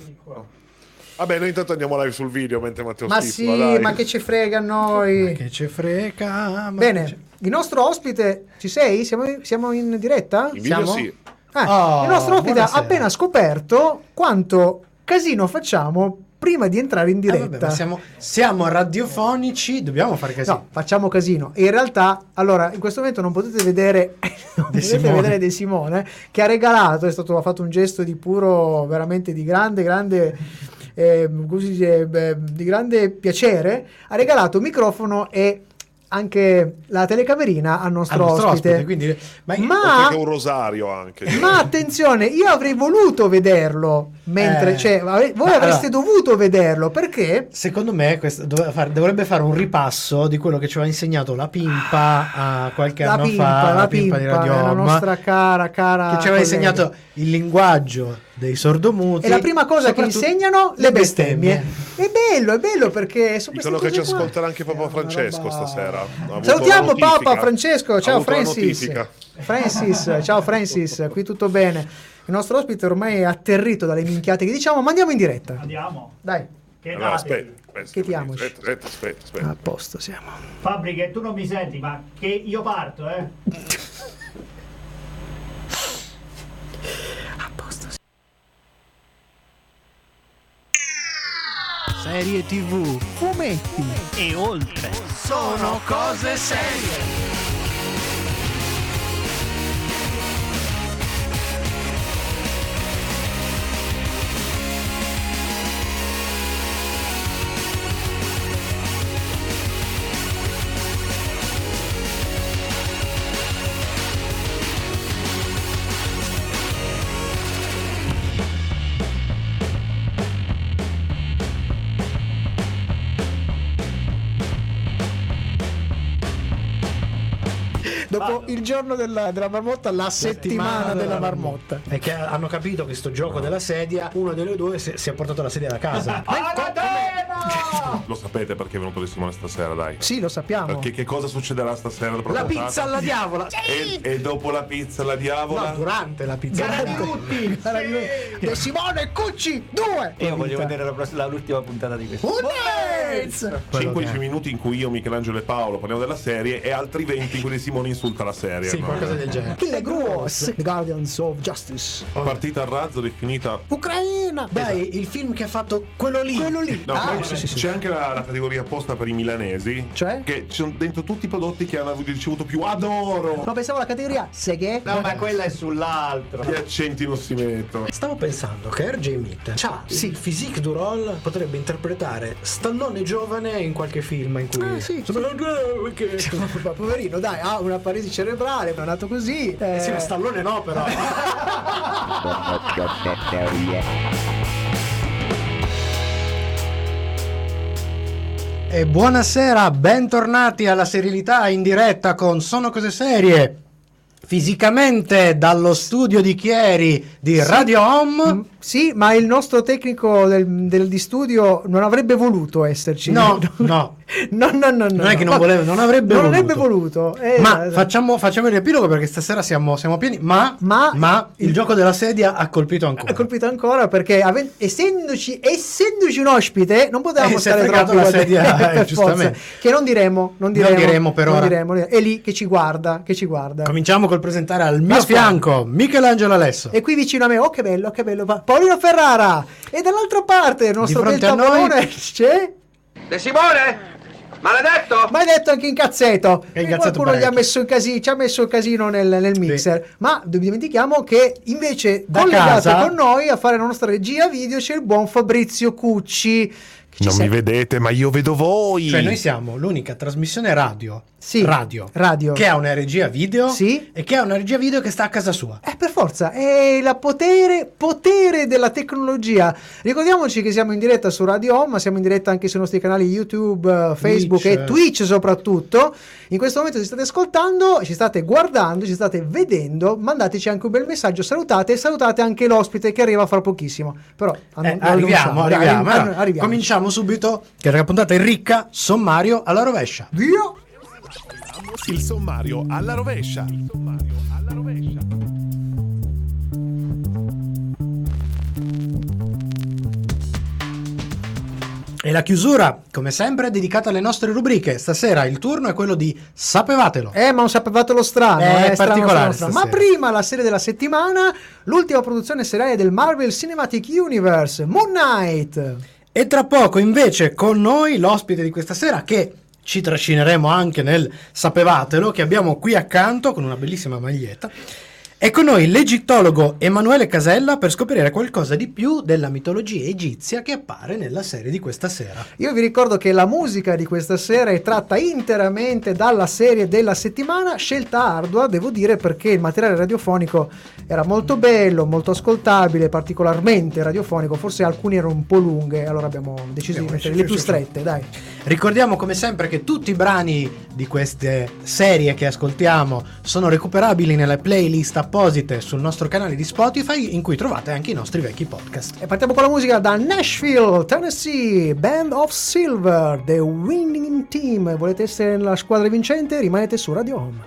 Vabbè, noi intanto andiamo live sul video mentre Matteo Ma schiffa, sì, dai. ma che ci frega a noi. Ma che ci frega. Bene, il nostro ospite, ci sei? Siamo in diretta? In video Siamo? sì. Il nostro ospite buonasera. ha appena scoperto quanto casino facciamo prima di entrare in diretta. Vabbè, ma siamo radiofonici, dobbiamo fare casino. No, facciamo casino. E in realtà, allora, in questo momento non potete vedere De Simone, che ha fatto un gesto di puro, veramente di grande di grande piacere. Ha regalato un microfono e anche la telecamerina al nostro ospite. Quindi, Oltre che un rosario anche. Ma attenzione, io avrei voluto vederlo mentre voi avreste dovuto vederlo, perché secondo me dovrebbe fare un ripasso di quello che ci aveva insegnato la Pimpa qualche anno fa, la Pimpa di Radio la Home, nostra cara che ci aveva collega. insegnato il linguaggio dei sordomuti, e la prima cosa che insegnano le bestemmie. È bello perché dicono che ci ascolterà anche Papa Francesco stasera. Salutiamo Papa Francesco, ciao Francis. Notifica. Ciao Francis, qui tutto bene. Il nostro ospite ormai è atterrito dalle minchiate che diciamo, ma andiamo in diretta. Andiamo. Dai. Che Allora, date? aspetta. A posto siamo. Fabbriche, tu non mi senti, ma che io parto, A posto. serie TV, Fumetti e oltre. sono cose serie. Dopo il giorno della marmotta, la settimana della marmotta. E che hanno capito che sto gioco della sedia, uno delle due si è portato la sedia da casa. Lo sapete perché è venuto De Simone stasera, dai. Sì, lo sappiamo. Perché che cosa succederà stasera dopo La puntata? pizza alla diavola. E dopo la pizza alla diavola? No, durante la pizza. De Simone Cucci 2. Io voglio vedere l'ultima puntata di questo. 5 minuti in cui io, Michelangelo e Paolo parliamo della serie e altri 20 in cui De Simone insulta la serie. Sì, no? qualcosa del genere. Killer Gross, Guardians of Justice. Partita a razzo definita. Ucraina. Dai, il film che ha fatto quello lì. No, poi c'è anche la categoria apposta per i milanesi. Cioè? Che ci sono dentro tutti i prodotti che hanno ricevuto più adoro. No, pensavo alla categoria seghe. No, ma quella è sull'altro. Gli accenti non si mettono. Stavo pensando che RJ Mead il physique du rôle, potrebbe interpretare Stallone giovane in qualche film in cui Ma poverino, dai, ha una paresi cerebrale, è nato così. Sì, ma Stallone no, però. E buonasera, bentornati alla serialità in diretta con Sono Cose Serie. Fisicamente dallo studio di Chieri di Radio Home. Sì, ma il nostro tecnico di studio non avrebbe voluto esserci. No. No. Non è che non voleva, non avrebbe voluto. Ma facciamo il riepilogo perché stasera siamo pieni. Ma il gioco della sedia ha colpito ancora. Ha colpito ancora perché essendoci un ospite non potevamo si è stare fregato troppo la sedia, per giustamente. forza. Che non diremo per ora. È lì che ci guarda. Cominciamo col presentare al mio fianco Michelangelo Alesso. E qui vicino a me, che bello, Paolino Ferrara. E dall'altra parte il nostro bel tavolone c'è De Simone? Maledetto! Maledetto anche incazzato. È incazzato Qualcuno parecchio. ci ha messo il casino nel mixer. Sì. Ma dimentichiamo che invece Da collegato casa con noi a fare la nostra regia video c'è il buon Fabrizio Cucci. Non mi vedete, ma io vedo voi. Cioè noi siamo l'unica trasmissione radio che ha una regia video e che ha una regia video che sta a casa sua. Per forza, è il potere della tecnologia. Ricordiamoci che siamo in diretta su Radio Home, ma siamo in diretta anche sui nostri canali YouTube, Facebook e Twitch soprattutto. In questo momento ci state ascoltando, ci state guardando, ci state vedendo, mandateci anche un bel messaggio, salutate anche l'ospite che arriva fra pochissimo. Però arriviamo. Cominciamo subito, che la puntata è ricca, sommario alla rovescia. Via! Il sommario alla rovescia. E la chiusura, come sempre, è dedicata alle nostre rubriche. Stasera il turno è quello di Sapevatelo. Ma un sapevatelo strano, È strano, particolare strano. stasera. Ma prima la serie della settimana, l'ultima produzione seriale del Marvel Cinematic Universe, Moon Knight. E tra poco invece con noi l'ospite di questa sera, che ci trascineremo anche nel Sapevatelo, che abbiamo qui accanto con una bellissima maglietta. È con noi l'egittologo Emanuele Casella per scoprire qualcosa di più della mitologia egizia che appare nella serie di questa sera. Io vi ricordo che la musica di questa sera è tratta interamente dalla serie della settimana, scelta ardua, devo dire, perché il materiale radiofonico era molto bello, molto ascoltabile, particolarmente radiofonico, forse alcuni erano un po' lunghe, allora abbiamo deciso di mettere le più strette, dai. Ricordiamo come sempre che tutti i brani di queste serie che ascoltiamo sono recuperabili nelle playlist apposite sul nostro canale di Spotify, in cui trovate anche i nostri vecchi podcast. E partiamo con la musica da Nashville, Tennessee, Band of Silver, The Winning Team. Volete essere nella squadra vincente? Rimanete su Radio Home.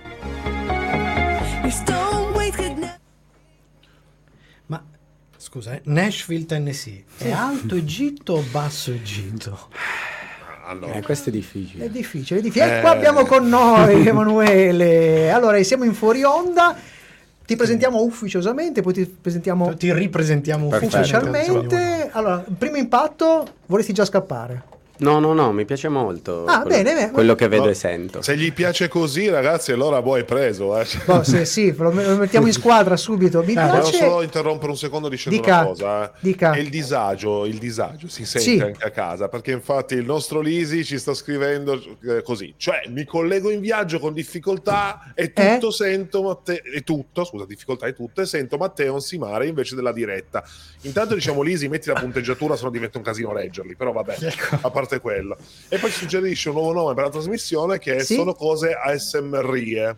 Ma scusa, Nashville, Tennessee, è Alto Egitto o Basso Egitto? Allora. Questo è difficile. È difficile, è difficile. E qua abbiamo con noi Emanuele. Allora, siamo in fuori onda. Ti presentiamo ufficiosamente, poi ti presentiamo Ti ripresentiamo ufficialmente. Allora, primo impatto, vorresti già scappare? No, mi piace molto bene. quello che vedo e sento. Se gli piace così, ragazzi, allora voi hai preso. Boh, sì, lo mettiamo in squadra subito. Mi Volevo piace. solo interrompere un secondo dicendo Dica, una cosa. dica. È il disagio si sente Sì. anche a casa, perché infatti il nostro Lisi ci sta scrivendo così, cioè mi collego in viaggio con difficoltà e tutto sento difficoltà e tutto, e sento Matteo Ansimare invece della diretta. Intanto diciamo Lisi, metti la punteggiatura, se no diventa un casino leggerli, però vabbè, a parte quello. E poi suggerisce un nuovo nome per la trasmissione che sono cose ASMR.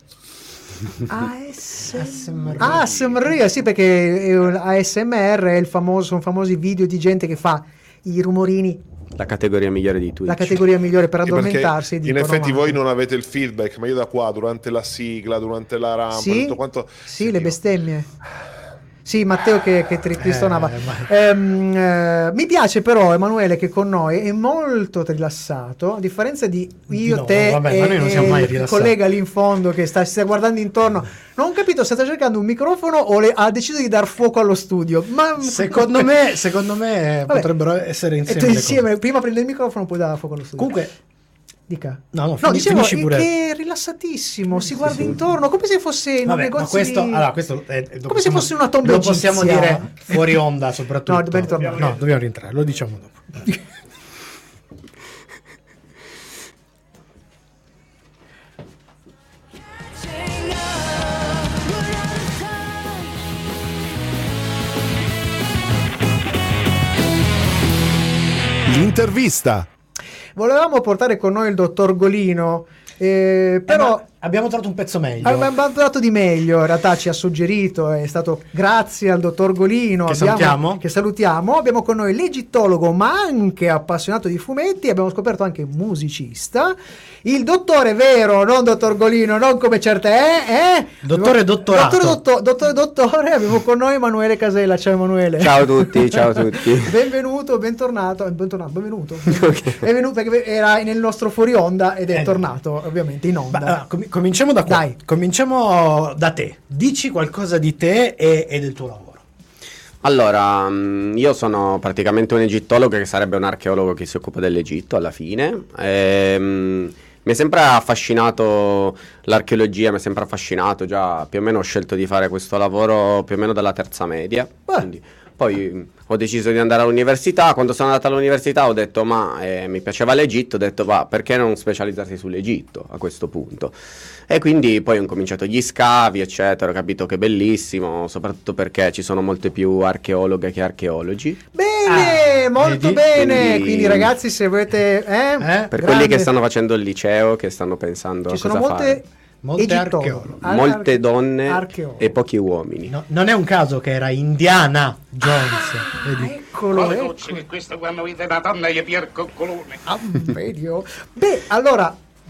ASMR, sì, perché ASMR è sono famosi video di gente che fa i rumorini. La categoria migliore di Twitch. La categoria migliore per Sì, perché addormentarsi. in effetti voi non avete il feedback, ma io da qua durante la sigla, durante la rampa, tutto quanto le bestemmie. Sì, Matteo che tristonava. Mi piace però Emanuele che con noi è molto rilassato, a differenza di io, te ma noi non siamo mai il rilassati. collega lì in fondo che si sta guardando intorno. Non ho capito se sta cercando un microfono o ha deciso di dar fuoco allo studio. Ma Secondo me potrebbero essere insieme. Prima prende il microfono, poi dà fuoco allo studio. Comunque, dica. No, dicevo finisci pure. che è rilassatissimo, si guarda intorno come se fosse in un Vabbè, negozio ma questo, di... allora, questo come se fosse una tomba lo possiamo egizia. dire fuori onda soprattutto. No, dobbiamo ritornare. No, dobbiamo rientrare, lo diciamo dopo. L'intervista. Volevamo portare con noi il dottor Golino, però abbiamo trovato un pezzo meglio. abbiamo dato di meglio, in realtà ci ha suggerito, è stato grazie al dottor Golino che salutiamo. Abbiamo con noi l'egittologo ma anche appassionato di fumetti, abbiamo scoperto anche musicista, il dottore vero, non dottor Golino, non come certe dottore dottorato. Dottore, abbiamo con noi Emanuele Casella. Ciao Emanuele. Ciao a tutti. Benvenuto. Benvenuto perché era nel nostro fuori onda ed è tornato ovviamente in onda. Cominciamo da qua. Dai. Cominciamo da te. Dici qualcosa di te e del tuo lavoro. Allora, io sono praticamente un egittologo, che sarebbe un archeologo che si occupa dell'Egitto alla fine. Mi è sempre affascinato l'archeologia, mi è sempre affascinato, già più o meno ho scelto di fare questo lavoro più o meno dalla terza media. Quindi, poi ho deciso di andare all'università. Quando sono andato all'università ho detto mi piaceva l'Egitto, ho detto perché non specializzarsi sull'Egitto a questo punto. E quindi poi ho incominciato gli scavi eccetera, ho capito che è bellissimo, soprattutto perché ci sono molte più archeologhe che archeologi. Bene, molto bene. Quindi Quindi ragazzi, se volete per quelli che stanno facendo il liceo, che stanno pensando ci a sono cosa fare. Molte archeologhe. Molte donne archeologhe. e pochi uomini. No, non è un caso che era Indiana Jones. Vedi? Eccolo. che questo quando vede la donna gli pier coccolone. Beh, allora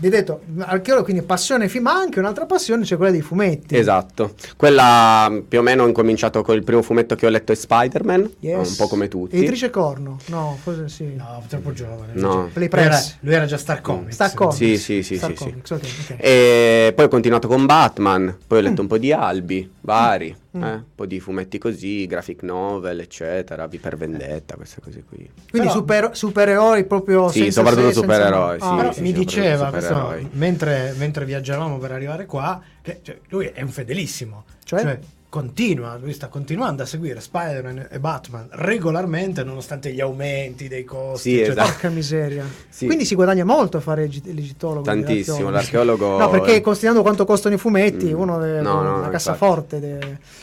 vi ho detto archeologo, quindi passione ma anche un'altra passione, cioè quella dei fumetti. Esatto, quella più o meno ho incominciato con il primo fumetto che ho letto è Spider-Man, un po' come tutti. Editrice Corno? No, forse sì. No, troppo giovane. No. Play Press. Lui era già Star Comics. Star Comics. Sì. Star Comics, ok. E poi ho continuato con Batman, poi ho letto un po' di albi vari, un po' di fumetti così, graphic novel, eccetera, V per Vendetta, queste cose qui. Quindi supereroi proprio Sì, senza soprattutto senza supereroi, no. sì. Però mi diceva, supereroi. mentre viaggiavamo per arrivare qua, che lui è un fedelissimo. Cioè? Lui sta continuando a seguire Spider-Man e Batman regolarmente, nonostante gli aumenti dei costi. Sì, esatto. Porca miseria. Sì. Quindi si guadagna molto a fare l'egittologo. Tantissimo, l'archeologo... No, perché considerando quanto costano i fumetti, uno deve no, una cassaforte.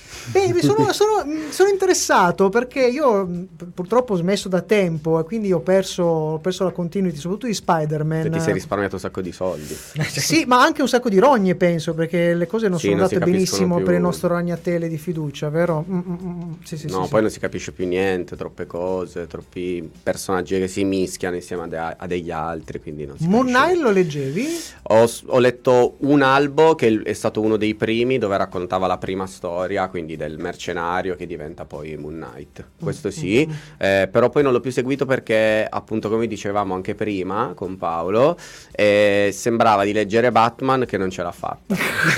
Sono interessato perché io purtroppo ho smesso da tempo e quindi ho perso la continuity, soprattutto di Spider-Man. Se ti sei risparmiato un sacco di soldi. Sì, ma anche un sacco di rogne, penso, perché le cose non sono non si andate capiscono benissimo più. per il nostro ragnatele di fiducia, vero? Sì, Poi non si capisce più niente, troppe cose, troppi personaggi che si mischiano insieme a degli altri, quindi non si Moon capisce Knight niente. lo leggevi? Ho letto un albo che è stato uno dei primi, dove raccontava la prima storia, quindi del mercenario che diventa poi Moon Knight. Questo sì, però poi non l'ho più seguito perché, appunto, come dicevamo anche prima con Paolo, sembrava di leggere Batman che non ce l'ha fatta.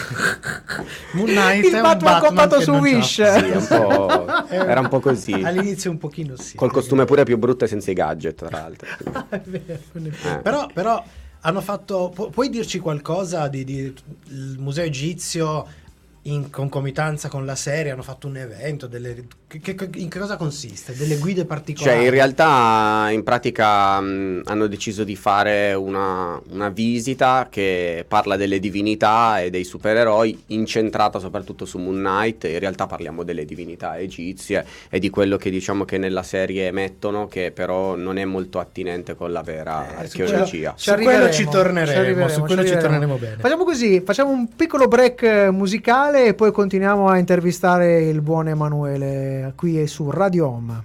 Moon Knight Il è un Batman comprato che su non ce la Wish. fa. Sì, era un po' così. All'inizio un pochino sì. Col costume pure più brutto e senza i gadget, tra l'altro. È vero. Però hanno fatto. Puoi dirci qualcosa di il museo egizio in concomitanza con la serie? Hanno fatto un evento, in che cosa consiste? Delle guide particolari? Cioè, in realtà, in pratica, hanno deciso di fare una visita che parla delle divinità e dei supereroi, incentrata soprattutto su Moon Knight. In realtà parliamo delle divinità egizie e di quello che diciamo che nella serie emettono, che però non è molto attinente con la vera archeologia. Su quello ci torneremo bene. Facciamo così, facciamo un piccolo break musicale e poi continuiamo a intervistare il buon Emanuele qui su Radio Home.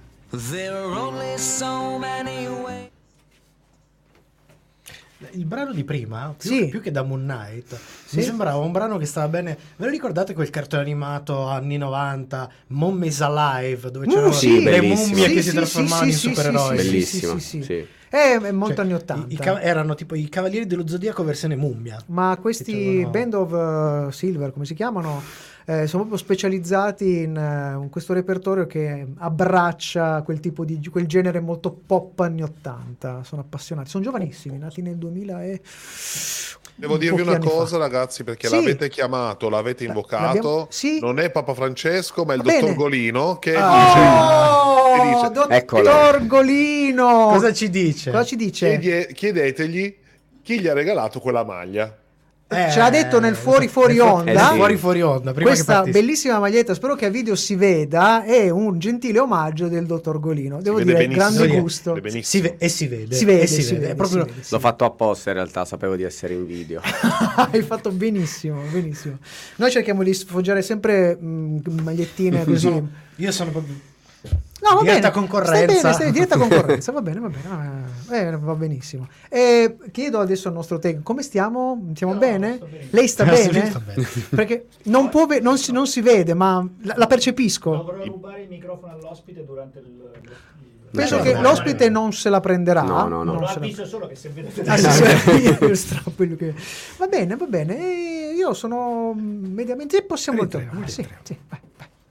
Il brano di prima, Sì. più che da Moon Knight, Sì. mi sembrava un brano che stava bene. Ve lo ricordate quel cartone animato anni 90, Mummies Alive, dove c'erano sì, le bellissimo. mummie che Sì, si sì, trasformavano sì, in supereroi? sì, Bellissimo, sì. sì. È molto Cioè, anni 80. erano tipo i Cavalieri dello Zodiaco versione mummia. Ma questi Che c'erano- Band of Silver, come si chiamano, sono proprio specializzati in questo repertorio che abbraccia quel tipo di quel genere molto pop anni 80. Sono appassionati, sono giovanissimi, nati nel 2000 e Devo dirvi pochi una anni fa. cosa, ragazzi, perché Sì. l'avete chiamato, l'avete invocato. sì. Non è Papa Francesco, ma il Va dottor bene. Golino che Oh, dice, dottor Eccolo. Golino! Cosa ci dice? Cosa ci dice? chiedetegli chi gli ha regalato quella maglia. Ce l'ha detto nel fuori onda. Fuori onda, prima che Questa partisse. bellissima maglietta, spero che a video si veda, è un gentile omaggio del dottor Golino. Devo vede dire, benissimo. grande Vede gusto. benissimo. Si vede. Si vede, e si vede, È proprio si vede, sì. L'ho fatto apposta, in realtà, sapevo di essere in video. Hai fatto benissimo, benissimo. Noi cerchiamo di sfoggiare sempre magliettine così. Io sono proprio No, va diretta bene. concorrenza. Stai diretta concorrenza, va bene. Va benissimo. Chiedo adesso al nostro tecnico, come stiamo? Stiamo bene? sto bene. Lei sta Sì, bene? sta bene. Perché non si vede, ma la percepisco. Dovrò rubare il microfono all'ospite durante il Penso No, che no, l'ospite non se la prenderà. No. Non Non lo se la- avviso solo che se vedete Ah, sì, io strappo quello che- Va bene. Io sono mediamente. Possiamo Rientriamo, tornare. Sì, rientriamo. sì, vai.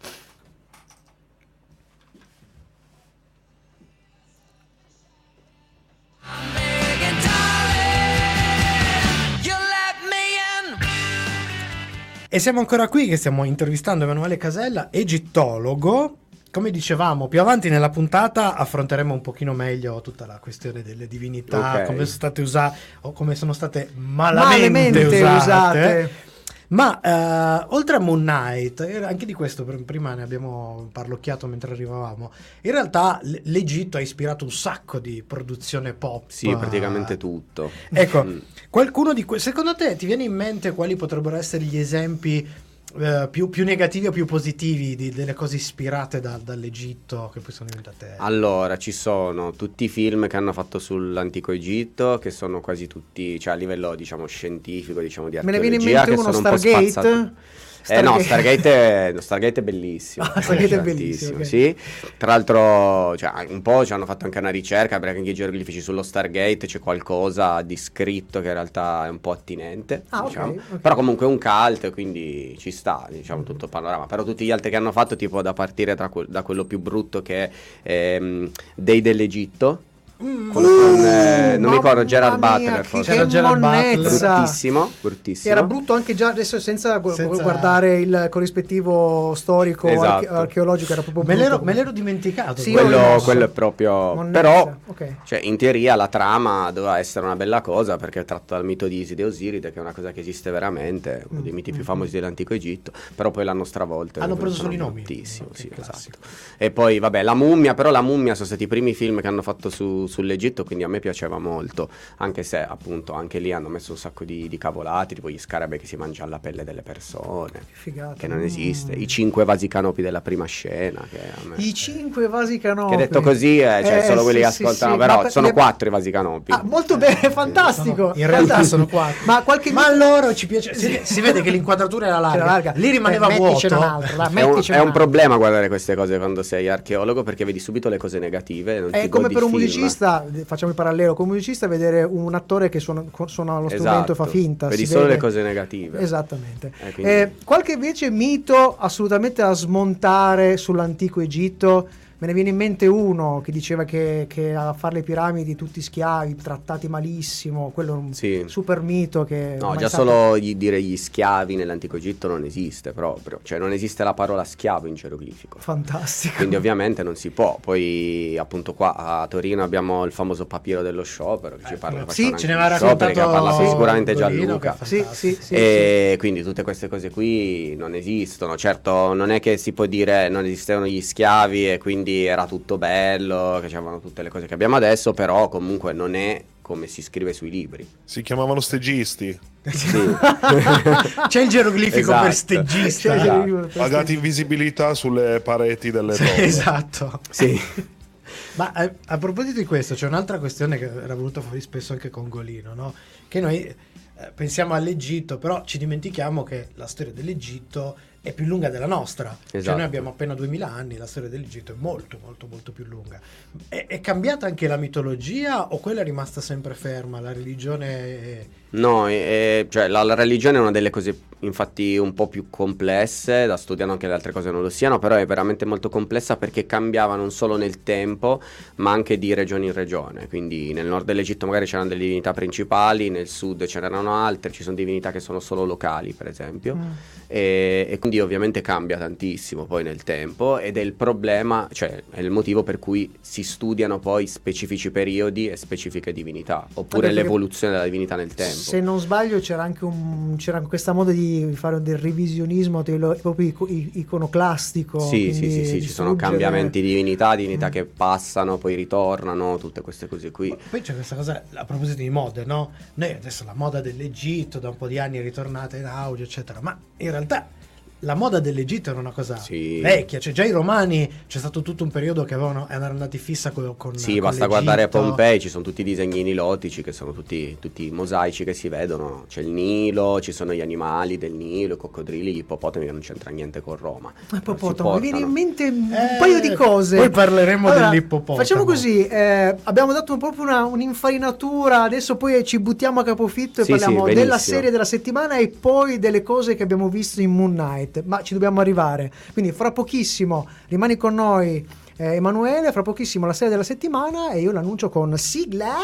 E siamo ancora qui che stiamo intervistando Emanuele Casella, egittologo. Come dicevamo, più avanti nella puntata affronteremo un pochino meglio tutta la questione delle divinità, Ok. come sono state usate o come sono state malamente Malemente usate. Ma oltre a Moon Knight, anche di questo prima ne abbiamo parlocchiato mentre arrivavamo, in realtà l'Egitto ha ispirato un sacco di produzione pop. Sì, praticamente tutto. Ecco, Mm. qualcuno di secondo te ti viene in mente quali potrebbero essere gli esempi più negativi o più positivi delle cose ispirate dall'Egitto che poi sono diventate? Allora, ci sono tutti i film che hanno fatto sull'antico Egitto, che sono quasi tutti, cioè a livello diciamo scientifico, diciamo di Me ne archeologia, viene in mente che uno, sono un po' Stargate? spazzati. No, Stargate è bellissimo. Ah, Stargate è tantissimo, bellissimo, ok. sì. Tra l'altro, cioè, un po' ci hanno fatto anche una ricerca, perché anche i geroglifici sullo Stargate c'è qualcosa di scritto che in realtà è un po' attinente, Ah, ok, diciamo. ok. Però comunque è un cult, quindi ci sta, diciamo, tutto il panorama. Però tutti gli altri che hanno fatto, tipo da partire da quello più brutto che è Dei dell'Egitto, quello con, non mi ricordo, Gerard mamma mia, Butler, forse. C'era Gerard Butler. monnezza. Bruttissimo. Era brutto anche già adesso senza Senza- guardare il corrispettivo storico Esatto. archeologico, era proprio Me brutto. l'ero dimenticato. Sì, io l'ho Quello, rimosso. quello è proprio. Monnezza, Però, ok. cioè, in teoria la trama doveva essere una bella cosa, perché è tratto dal mito di Iside e Osiride, che è una cosa che esiste veramente, uno dei miti più famosi dell'antico Egitto. Però poi l'hanno stravolto. Hanno e preso sono solo i nomi. bruttissimo, Che sì, classico. esatto. E poi, vabbè, la mummia, però la mummia sono stati i primi film che hanno fatto sull'Egitto, quindi a me piaceva molto, anche se appunto anche lì hanno messo un sacco di cavolati, tipo gli scarabi che si mangiano la pelle delle persone, Figata. che non esiste, i 5 vasi canopi della prima scena, che a me... I 5 vasi canopi. Che detto così, cioè solo quelli che sì, ascoltano, sì, però ma sono le- 4 i vasi canopi. Ah, molto bene, fantastico. In realtà fantastico. sono 4. Ma qualche Ma a loro ci piace. Si vede che l'inquadratura era C'era larga. larga. Lì rimaneva Metticene vuoto. un altro, là, È un, metticene è un altro. problema guardare queste cose quando sei archeologo, perché vedi subito le cose negative. Non È ti come godi per un il film. musicista, facciamo il parallelo, come musicista vedere un attore che suona lo strumento e fa finta. Vedi si solo vede. le cose negative. Esattamente. Quindi- Qualche invece mito assolutamente da smontare sull'antico Egitto. Me ne viene in mente uno che diceva che a fare le piramidi tutti schiavi, trattati malissimo, quello è un Sì. super mito che... No, ormai già è stato- solo dire gli schiavi nell'antico Egitto non esiste proprio, cioè non esiste la parola schiavo in geroglifico. Fantastico. Quindi ovviamente non si può. Poi appunto qua a Torino abbiamo il famoso papiro dello sciopero che ci parla, Sì, facevano Ce anche ne gli aveva scioperi, che ha raccontato parlato sicuramente Golino, Gianluca. che è Sì, fantastico. sì, sì, E quindi tutte queste cose qui non esistono. Certo, non è che si può dire non esistevano gli schiavi e quindi era tutto bello, che c'erano tutte le cose che abbiamo adesso, però comunque non è come si scrive sui libri. Si chiamavano stegisti, Sì. C'è il geroglifico Esatto. per steggista. C'è il Esatto. geroglifico. pagati invisibilità sulle pareti delle torri. Esatto. Sì. Ma a proposito di questo, c'è un'altra questione che era venuta fuori spesso anche con Golino, no? Che noi pensiamo all'Egitto, però ci dimentichiamo che la storia dell'Egitto è più lunga della nostra. Cioè Esatto. noi abbiamo appena 2000 anni, la storia dell'Egitto è molto molto molto più lunga. È cambiata anche la mitologia o quella è rimasta sempre ferma? La religione No, cioè la religione è una delle cose infatti un po' più complesse, da studiare anche le altre cose non lo siano, però è veramente molto complessa perché cambiava non solo nel tempo, ma anche di regione in regione. Quindi nel nord dell'Egitto magari c'erano delle divinità principali, nel sud ce n'erano altre, ci sono divinità che sono solo locali, per esempio. E quindi ovviamente cambia tantissimo poi nel tempo, ed è il problema, cioè è il motivo per cui si studiano poi specifici periodi e specifiche divinità, oppure Anche perché, l'evoluzione della divinità nel tempo. se non sbaglio, c'era anche c'era questa moda di fare del revisionismo proprio iconoclastico. Sì, sì, quindi sì, sì, ci sono distruggere- cambiamenti di divinità che passano, poi ritornano, tutte queste cose qui. Poi c'è questa cosa, a proposito di mode, no? Noi adesso la moda dell'Egitto da un po' di anni è ritornata in auge, eccetera, ma in realtà la moda dell'Egitto era una cosa Sì. vecchia, cioè già i romani c'è stato tutto un periodo che erano andati fissa con Sì, con basta guardare l'Egitto. Pompei, ci sono tutti i disegnini lotici che sono tutti mosaici che si vedono. C'è il Nilo, ci sono gli animali del Nilo, i coccodrilli, gli ippopotami, che non c'entra niente con Roma. Ippopotamo, Non mi si viene in portano. mente un paio di cose. Poi parleremo Allora, dell'ippopotamo. Facciamo così, abbiamo dato proprio un'infarinatura, adesso poi ci buttiamo a capofitto e Sì, parliamo sì, della benissimo. serie della settimana e poi delle cose che abbiamo visto in Moon Knight, ma ci dobbiamo arrivare. Quindi fra pochissimo rimani con noi Emanuele, fra pochissimo la serie della settimana e io l'annuncio con sigla.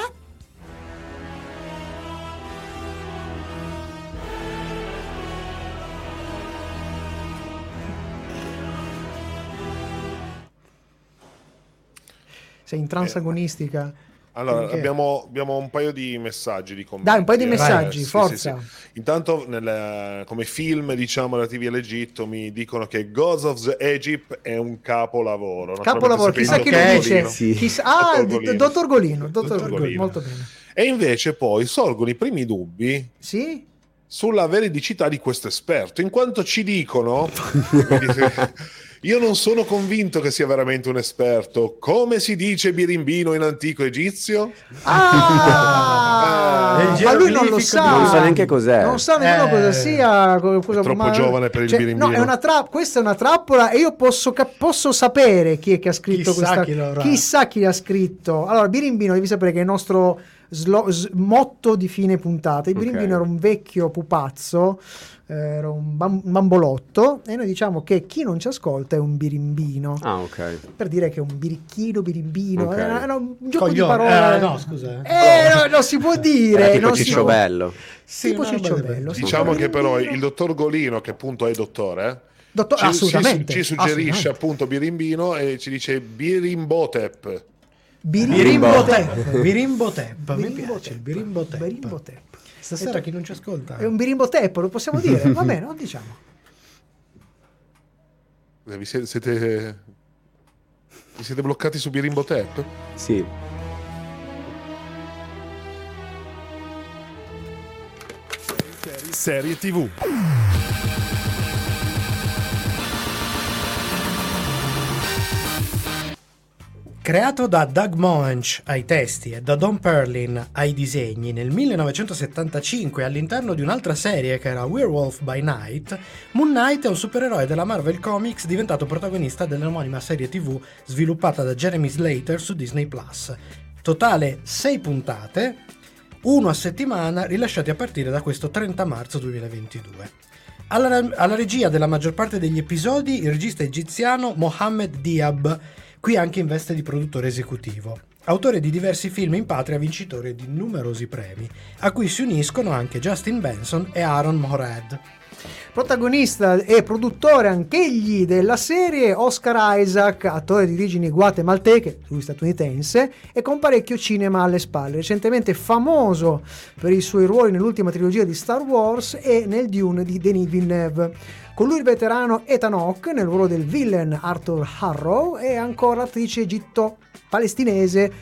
Sei in transagonistica. Allora, Perché? abbiamo un paio di messaggi di commenti. Dai, un paio di messaggi, Sì, forza. sì, sì. Intanto, come film, diciamo, relativi all'Egitto, mi dicono che Gods of the Egypt è un capolavoro. Capolavoro, chissà chi Naturalmente lo sapete dice. il Sì. Chissà, Dottor Golino. Dottor Golino, molto bene. E invece poi sorgono i primi dubbi Sì? sulla veridicità di questo esperto, in quanto ci dicono io non sono convinto che sia veramente un esperto. Come si dice birimbino in antico egizio? Ma lui non lo sa. Non sa neanche cos'è. Non sa nemmeno cosa sia. È troppo giovane per il birimbino. No, questa è una trappola e io posso sapere chi è che ha scritto questa. Chissà chi l'ha scritto. Allora, birimbino, devi sapere che è il nostro motto di fine puntata. Il birimbino era un vecchio pupazzo, era un bambolotto, e noi diciamo che chi non ci ascolta è un birimbino. Per dire che è un birichino, birimbino, era un gioco di parole. No, scusa. Non si può dire. Tipo Cicciobello. Tipo Cicciobello. Diciamo che però il dottor Golino, che appunto è dottore, assolutamente, ci suggerisce appunto birimbino e ci dice birimbotep. Birimbotep. Mi piace il birimbotep. Stasera chi non ci ascolta è un birimbotep, lo possiamo dire? Va bene, lo diciamo. Vi siete bloccati su birimbotep? Sì. Serie TV. Creato da Doug Moench ai testi e da Don Perlin ai disegni nel 1975 all'interno di un'altra serie che era Werewolf by Night, Moon Knight è un supereroe della Marvel Comics diventato protagonista dell'omonima serie TV sviluppata da Jeremy Slater su Disney+. Totale 6 puntate, 1 a settimana, rilasciati a partire da questo 30 marzo 2022. Alla regia della maggior parte degli episodi il regista egiziano Mohammed Diab, qui anche in veste di produttore esecutivo. Autore di diversi film in patria, vincitore di numerosi premi, a cui si uniscono anche Justin Benson e Aaron Moorhead. Protagonista e produttore anch'egli della serie Oscar Isaac, attore di origini guatemalteche, lui statunitense, e con parecchio cinema alle spalle. Recentemente famoso per i suoi ruoli nell'ultima trilogia di Star Wars e nel Dune di Denis Villeneuve. Con lui il veterano Ethan Hawke nel ruolo del villain Arthur Harrow e ancora l'attrice egitto-palestinese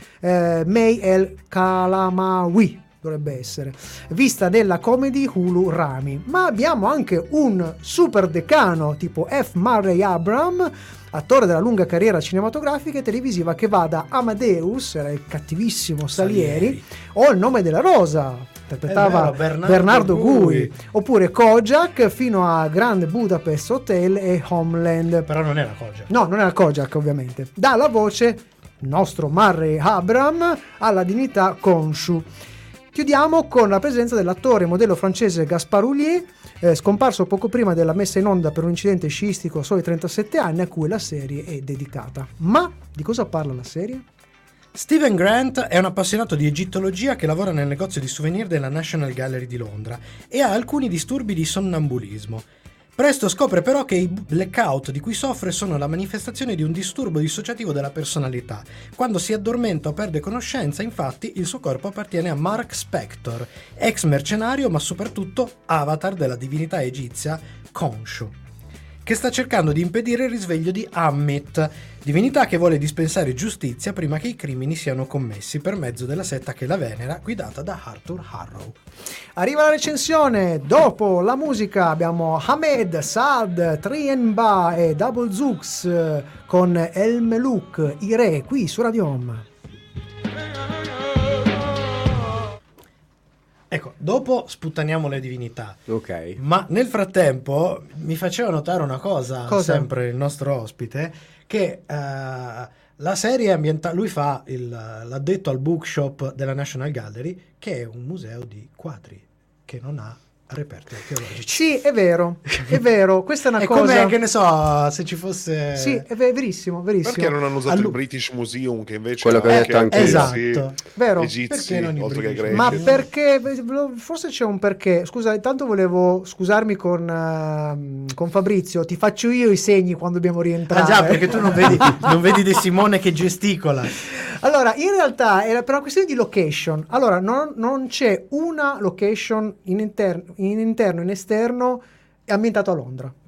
May El Kalamawi, dovrebbe essere, vista nella comedy Hulu Rami. Ma abbiamo anche un super decano tipo F. Murray Abraham, attore della lunga carriera cinematografica e televisiva, che va da Amadeus, era il cattivissimo Salieri, o Il nome della rosa, interpretava Bernardo Gui, oppure Kojak, fino a Grand Budapest Hotel e Homeland. Però non era Kojak. No, non era Kojak, ovviamente. Dà la voce nostro Murray Abraham alla divinità Khonshu. Chiudiamo con la presenza dell'attore e modello francese Gaspard Ullier, scomparso poco prima della messa in onda per un incidente sciistico a soli 37 anni, a cui la serie è dedicata. Ma di cosa parla la serie? Steven Grant è un appassionato di egittologia che lavora nel negozio di souvenir della National Gallery di Londra e ha alcuni disturbi di sonnambulismo. Presto scopre però che i blackout di cui soffre sono la manifestazione di un disturbo dissociativo della personalità. Quando si addormenta o perde conoscenza, infatti, il suo corpo appartiene a Mark Spector, ex mercenario ma soprattutto avatar della divinità egizia Khonshu, che sta cercando di impedire il risveglio di Ammit, divinità che vuole dispensare giustizia prima che i crimini siano commessi per mezzo della setta che la venera, guidata da Arthur Harrow. Arriva la recensione. Dopo la musica abbiamo Hamed, Saad, Trienba e Double Zux con El Meluk, i re, qui su Radio Home. Ecco, dopo sputtaniamo le divinità. Ok. Ma nel frattempo mi faceva notare una cosa? Sempre il nostro ospite, che la serie ambientale, lui fa l'addetto al bookshop della National Gallery, che è un museo di quadri che non ha reperti archeologici. Sì, è vero, questa è una cosa. Come, che ne so, se ci fosse. Sì, è verissimo. Perché non hanno usato il British Museum, che invece quello che ho detto anche esatto, vero? Egizi, oltre che greci. Ma perché? Forse c'è un perché. Scusa, intanto volevo scusarmi con Fabrizio. Ti faccio io i segni quando dobbiamo rientrare. Ah già, perché tu non vedi De Simone che gesticola. Allora, in realtà era per una questione di location. Allora, non c'è una location in interno e in esterno ambientato a Londra.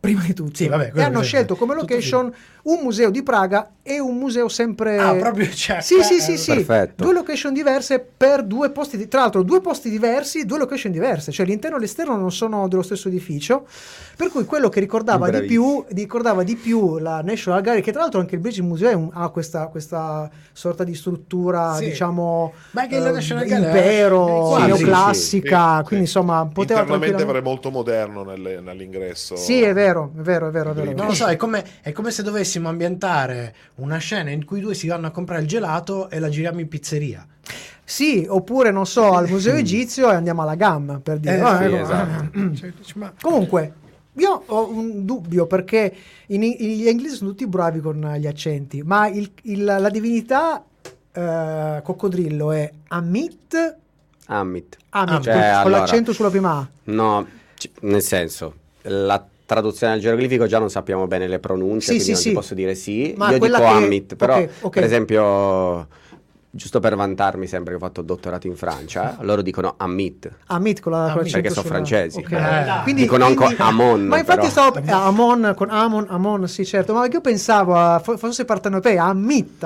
prima di tutto. Sì, vabbè, e hanno quello scelto come tutto location un museo di Praga e un museo sempre... proprio Sì. Perfetto. 2 location diverse per 2 posti, tra l'altro 2 posti diversi, 2 location diverse, cioè l'interno e l'esterno non sono dello stesso edificio, per cui quello che ricordava di più la National Gallery, che tra l'altro anche il British Museum ha questa sorta di struttura, Sì. diciamo, Ma che la National Gallery impero, quasi, neoclassica, sì. quindi insomma poteva internamente tranquillamente... pare molto moderno nell'ingresso. Sì, è vero. Non lo so, è come se dovessimo ambientare una scena in cui 2 si vanno a comprare il gelato e la giriamo in pizzeria. Sì, oppure non so, al museo egizio e andiamo alla GAM, per dire. sì, esatto. Comunque, io ho un dubbio perché gli inglesi sono tutti bravi con gli accenti, ma la divinità coccodrillo è Amit, Amit. con l'accento sulla prima A. No, nel senso, la traduzione al geroglifico già non sappiamo bene le pronunce, Sì, quindi sì, non sì. ti posso dire sì. Ma Io quella dico che- Amit, però ok. per esempio, giusto per vantarmi sempre che ho fatto il dottorato in Francia, loro dicono Amit. Amit con l'accento Perché sono sulla- francesi. ok. Dicono anche Amon, Ma infatti però. stavo Amon, sì, certo, ma io pensavo fosse partenopei, Amit.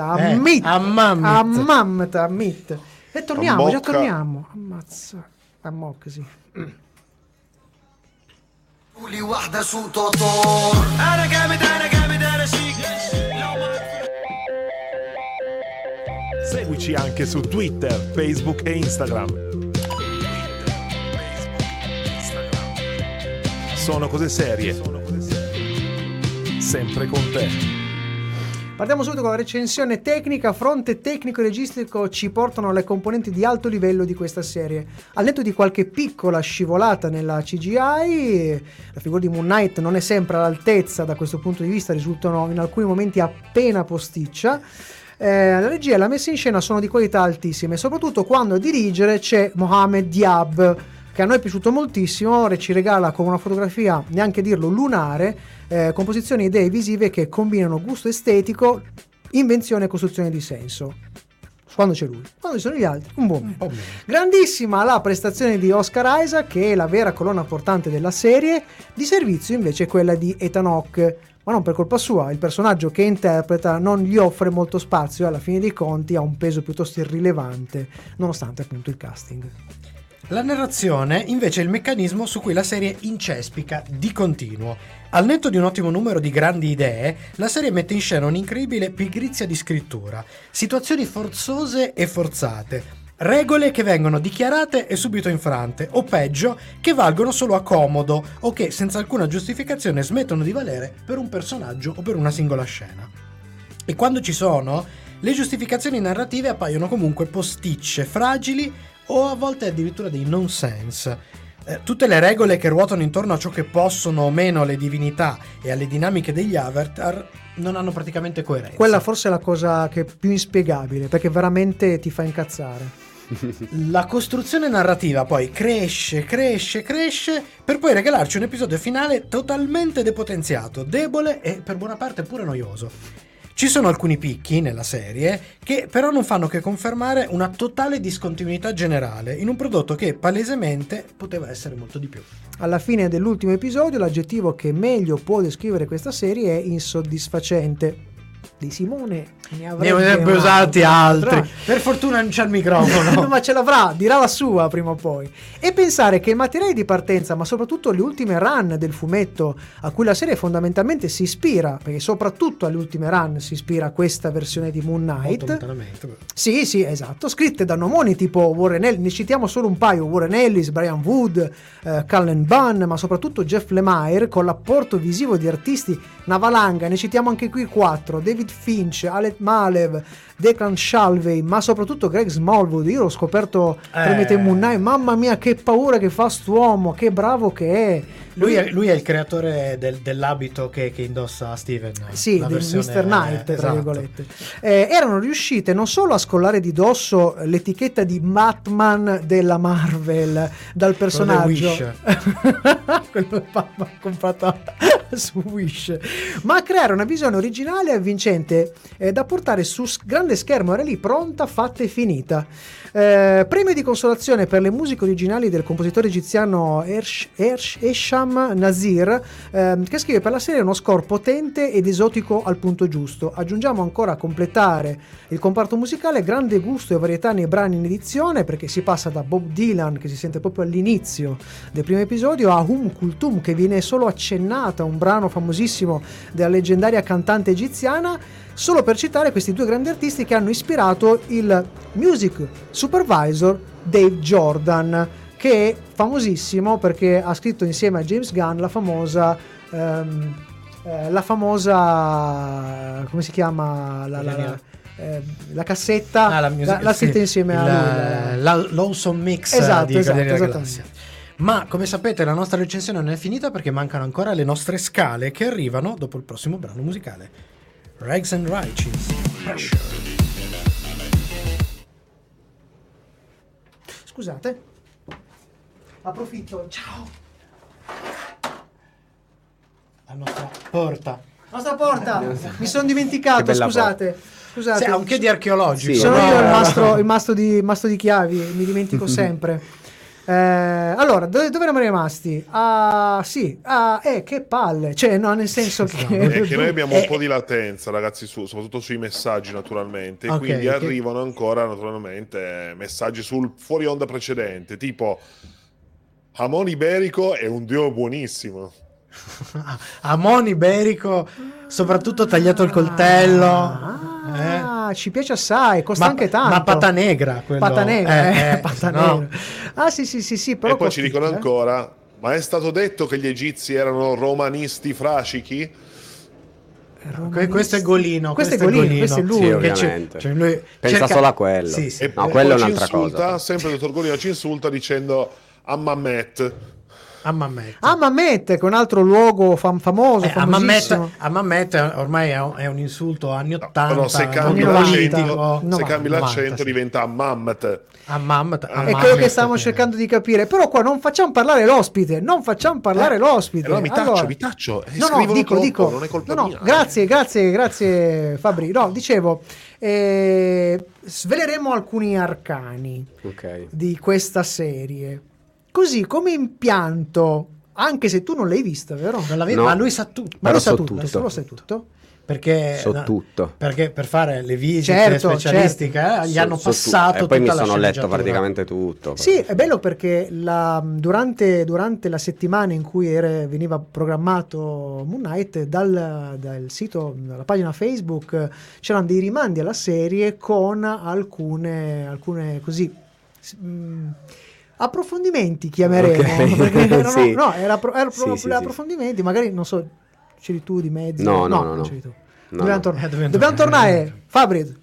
E torniamo, già Ammocca. torniamo. Ammazza. Ammocca, sì. Seguici anche su Twitter, Facebook e Instagram. Sono cose serie. Sempre con te. Partiamo subito con la recensione tecnica. Fronte tecnico e registico ci portano le componenti di alto livello di questa serie. Al netto di qualche piccola scivolata nella CGI, la figura di Moon Knight non è sempre all'altezza da questo punto di vista, risultano in alcuni momenti appena posticcia. La regia e la messa in scena sono di qualità altissime, soprattutto quando a dirigere c'è Mohamed Diab, che a noi è piaciuto moltissimo. Ci regala con una fotografia, neanche dirlo, lunare, composizioni e idee visive che combinano gusto estetico, invenzione e costruzione di senso. Quando c'è lui, quando ci sono gli altri, un buon meno. Grandissima la prestazione di Oscar Isaac, che è la vera colonna portante della serie. Di servizio invece è quella di Ethan Hawke, ma non per colpa sua. Il personaggio che interpreta non gli offre molto spazio e alla fine dei conti ha un peso piuttosto irrilevante, nonostante appunto il casting. La narrazione invece è il meccanismo su cui la serie incespica di continuo. Al netto di un ottimo numero di grandi idee, la serie mette in scena un'incredibile pigrizia di scrittura, situazioni forzose e forzate, regole che vengono dichiarate e subito infrante, o peggio, che valgono solo a comodo o che senza alcuna giustificazione smettono di valere per un personaggio o per una singola scena. E quando ci sono, le giustificazioni narrative appaiono comunque posticce, fragili o a volte addirittura dei nonsense. Tutte le regole che ruotano intorno a ciò che possono o meno le divinità e alle dinamiche degli avatar non hanno praticamente coerenza. Quella forse è la cosa che è più inspiegabile, perché veramente ti fa incazzare. La costruzione narrativa poi cresce per poi regalarci un episodio finale totalmente depotenziato, debole e per buona parte pure noioso. Ci sono alcuni picchi nella serie che però non fanno che confermare una totale discontinuità generale in un prodotto che palesemente poteva essere molto di più. Alla fine dell'ultimo episodio l'aggettivo che meglio può descrivere questa serie è insoddisfacente. Di Simone ne avrebbe usati un'altra. altri. Per fortuna non c'è il microfono. Ma ce l'avrà, dirà la sua prima o poi. E pensare che il materiale di partenza, ma soprattutto le ultime run del fumetto a cui la serie fondamentalmente si ispira, perché soprattutto alle ultime run si ispira a questa versione di Moon Molto Knight. lontanamente. Sì, esatto, scritte da nomoni tipo Warren Ellis, ne citiamo solo un paio: Warren Ellis, Brian Wood, Cullen Bunn, ma soprattutto Jeff Lemire, con l'apporto visivo di artisti una valanga. Ne citiamo anche qui 4: David Finch, Alec Malev, Declan Shalvey, ma soprattutto Greg Smallwood. Io l'ho scoperto tramite Moon Knight, mamma mia che paura che fa st'uomo, che bravo che è. Lui è il creatore dell'abito che indossa Steven. Sì, la di versione- Mr. Knight, tra esatto. virgolette. Erano riuscite non solo a scollare di dosso l'etichetta di Batman della Marvel dal personaggio Wish. quello Batman comprato su Wish, ma a creare una visione originale e avvincente da portare su grande schermo. Era lì, pronta, fatta e finita. Premio di consolazione per le musiche originali del compositore egiziano Esham Nazir, che scrive per la serie uno score potente ed esotico al punto giusto. Aggiungiamo ancora a completare il comparto musicale grande gusto e varietà nei brani in edizione, perché si passa da Bob Dylan, che si sente proprio all'inizio del primo episodio, a Kulthum, che viene solo accennata, un brano famosissimo della leggendaria cantante egiziana, solo per citare questi due grandi artisti che hanno ispirato il music supervisor Dave Jordan, che è famosissimo perché ha scritto insieme a James Gunn la famosa come si chiama la cassetta, la scritta insieme a lui, l'Awesome Mix, esatto, di Guardiani della esattamente. Galassia. Ma come sapete la nostra recensione non è finita, perché mancano ancora le nostre scale che arrivano dopo il prossimo brano musicale. Rags and Righteous, Pressure. Scusate, approfitto, ciao. La nostra porta. Nostra porta, mi sono dimenticato, scusate. Sì, ha un che di archeologico. Sì, Sono no, io il mastro di chiavi, mi dimentico sempre. Allora, dove eravamo rimasti? Che palle, cioè, no, nel senso che È che noi abbiamo un po' di latenza, ragazzi, soprattutto sui messaggi, naturalmente. Ok, quindi che- arrivano ancora, naturalmente, messaggi sul fuori onda precedente, tipo Amon Iberico è un dio buonissimo. Amon iberico, soprattutto tagliato il coltello. Ci piace assai, costa anche tanto. Ma pata negra, quello. Pata negra, pata no. negra. Ah, sì, però E poi ci costa, dicono ancora, ma è stato detto che gli egizi erano romanisti frascichi? Questo è Golino. Questo è Golino, questo è lui. Sì, Che ovviamente. lui Pensa cerca- solo a quello. Sì, sì. E No, poi quello è ci un'altra insulta, cosa. sempre il dottor Golino ci insulta dicendo Ammamet. Ammamet. Mamet, che è un altro luogo famoso, famosissimo. Ammamet ormai è un insulto anni 80. Però se cambi anni l'accento, 90, se cambi 90, l'accento sì. diventa Ammamet. È quello che stavamo cercando di capire. Però qua non facciamo parlare l'ospite. Allora mi taccio. No, Scrivono dico. troppo, non è colpa mia. Grazie Fabri. No, dicevo, sveleremo alcuni arcani Ok. di questa serie. Così come impianto, anche se tu non l'hai vista, vero? Non l'avevi- No. Ma lui sa tutto. Ma lui sa so tutto, tutto. tu lo sai tutto. Perché, So tutto. perché per fare le visite Certo, specialistiche gli hanno passato E poi mi tutta la sono letto sceneggiatura. praticamente tutto. Sì, è bello perché durante la settimana in cui veniva programmato Moon Knight, dal sito, dalla pagina Facebook, c'erano dei rimandi alla serie con alcune così approfondimenti, chiameremo. Ok. Perché Sì. era proprio Sì. approfondimenti, magari non so, c'eri tu di mezzo. No. non c'eri tu. No, Dobbiamo no. tornare. Dobbiamo tornare, Fabri.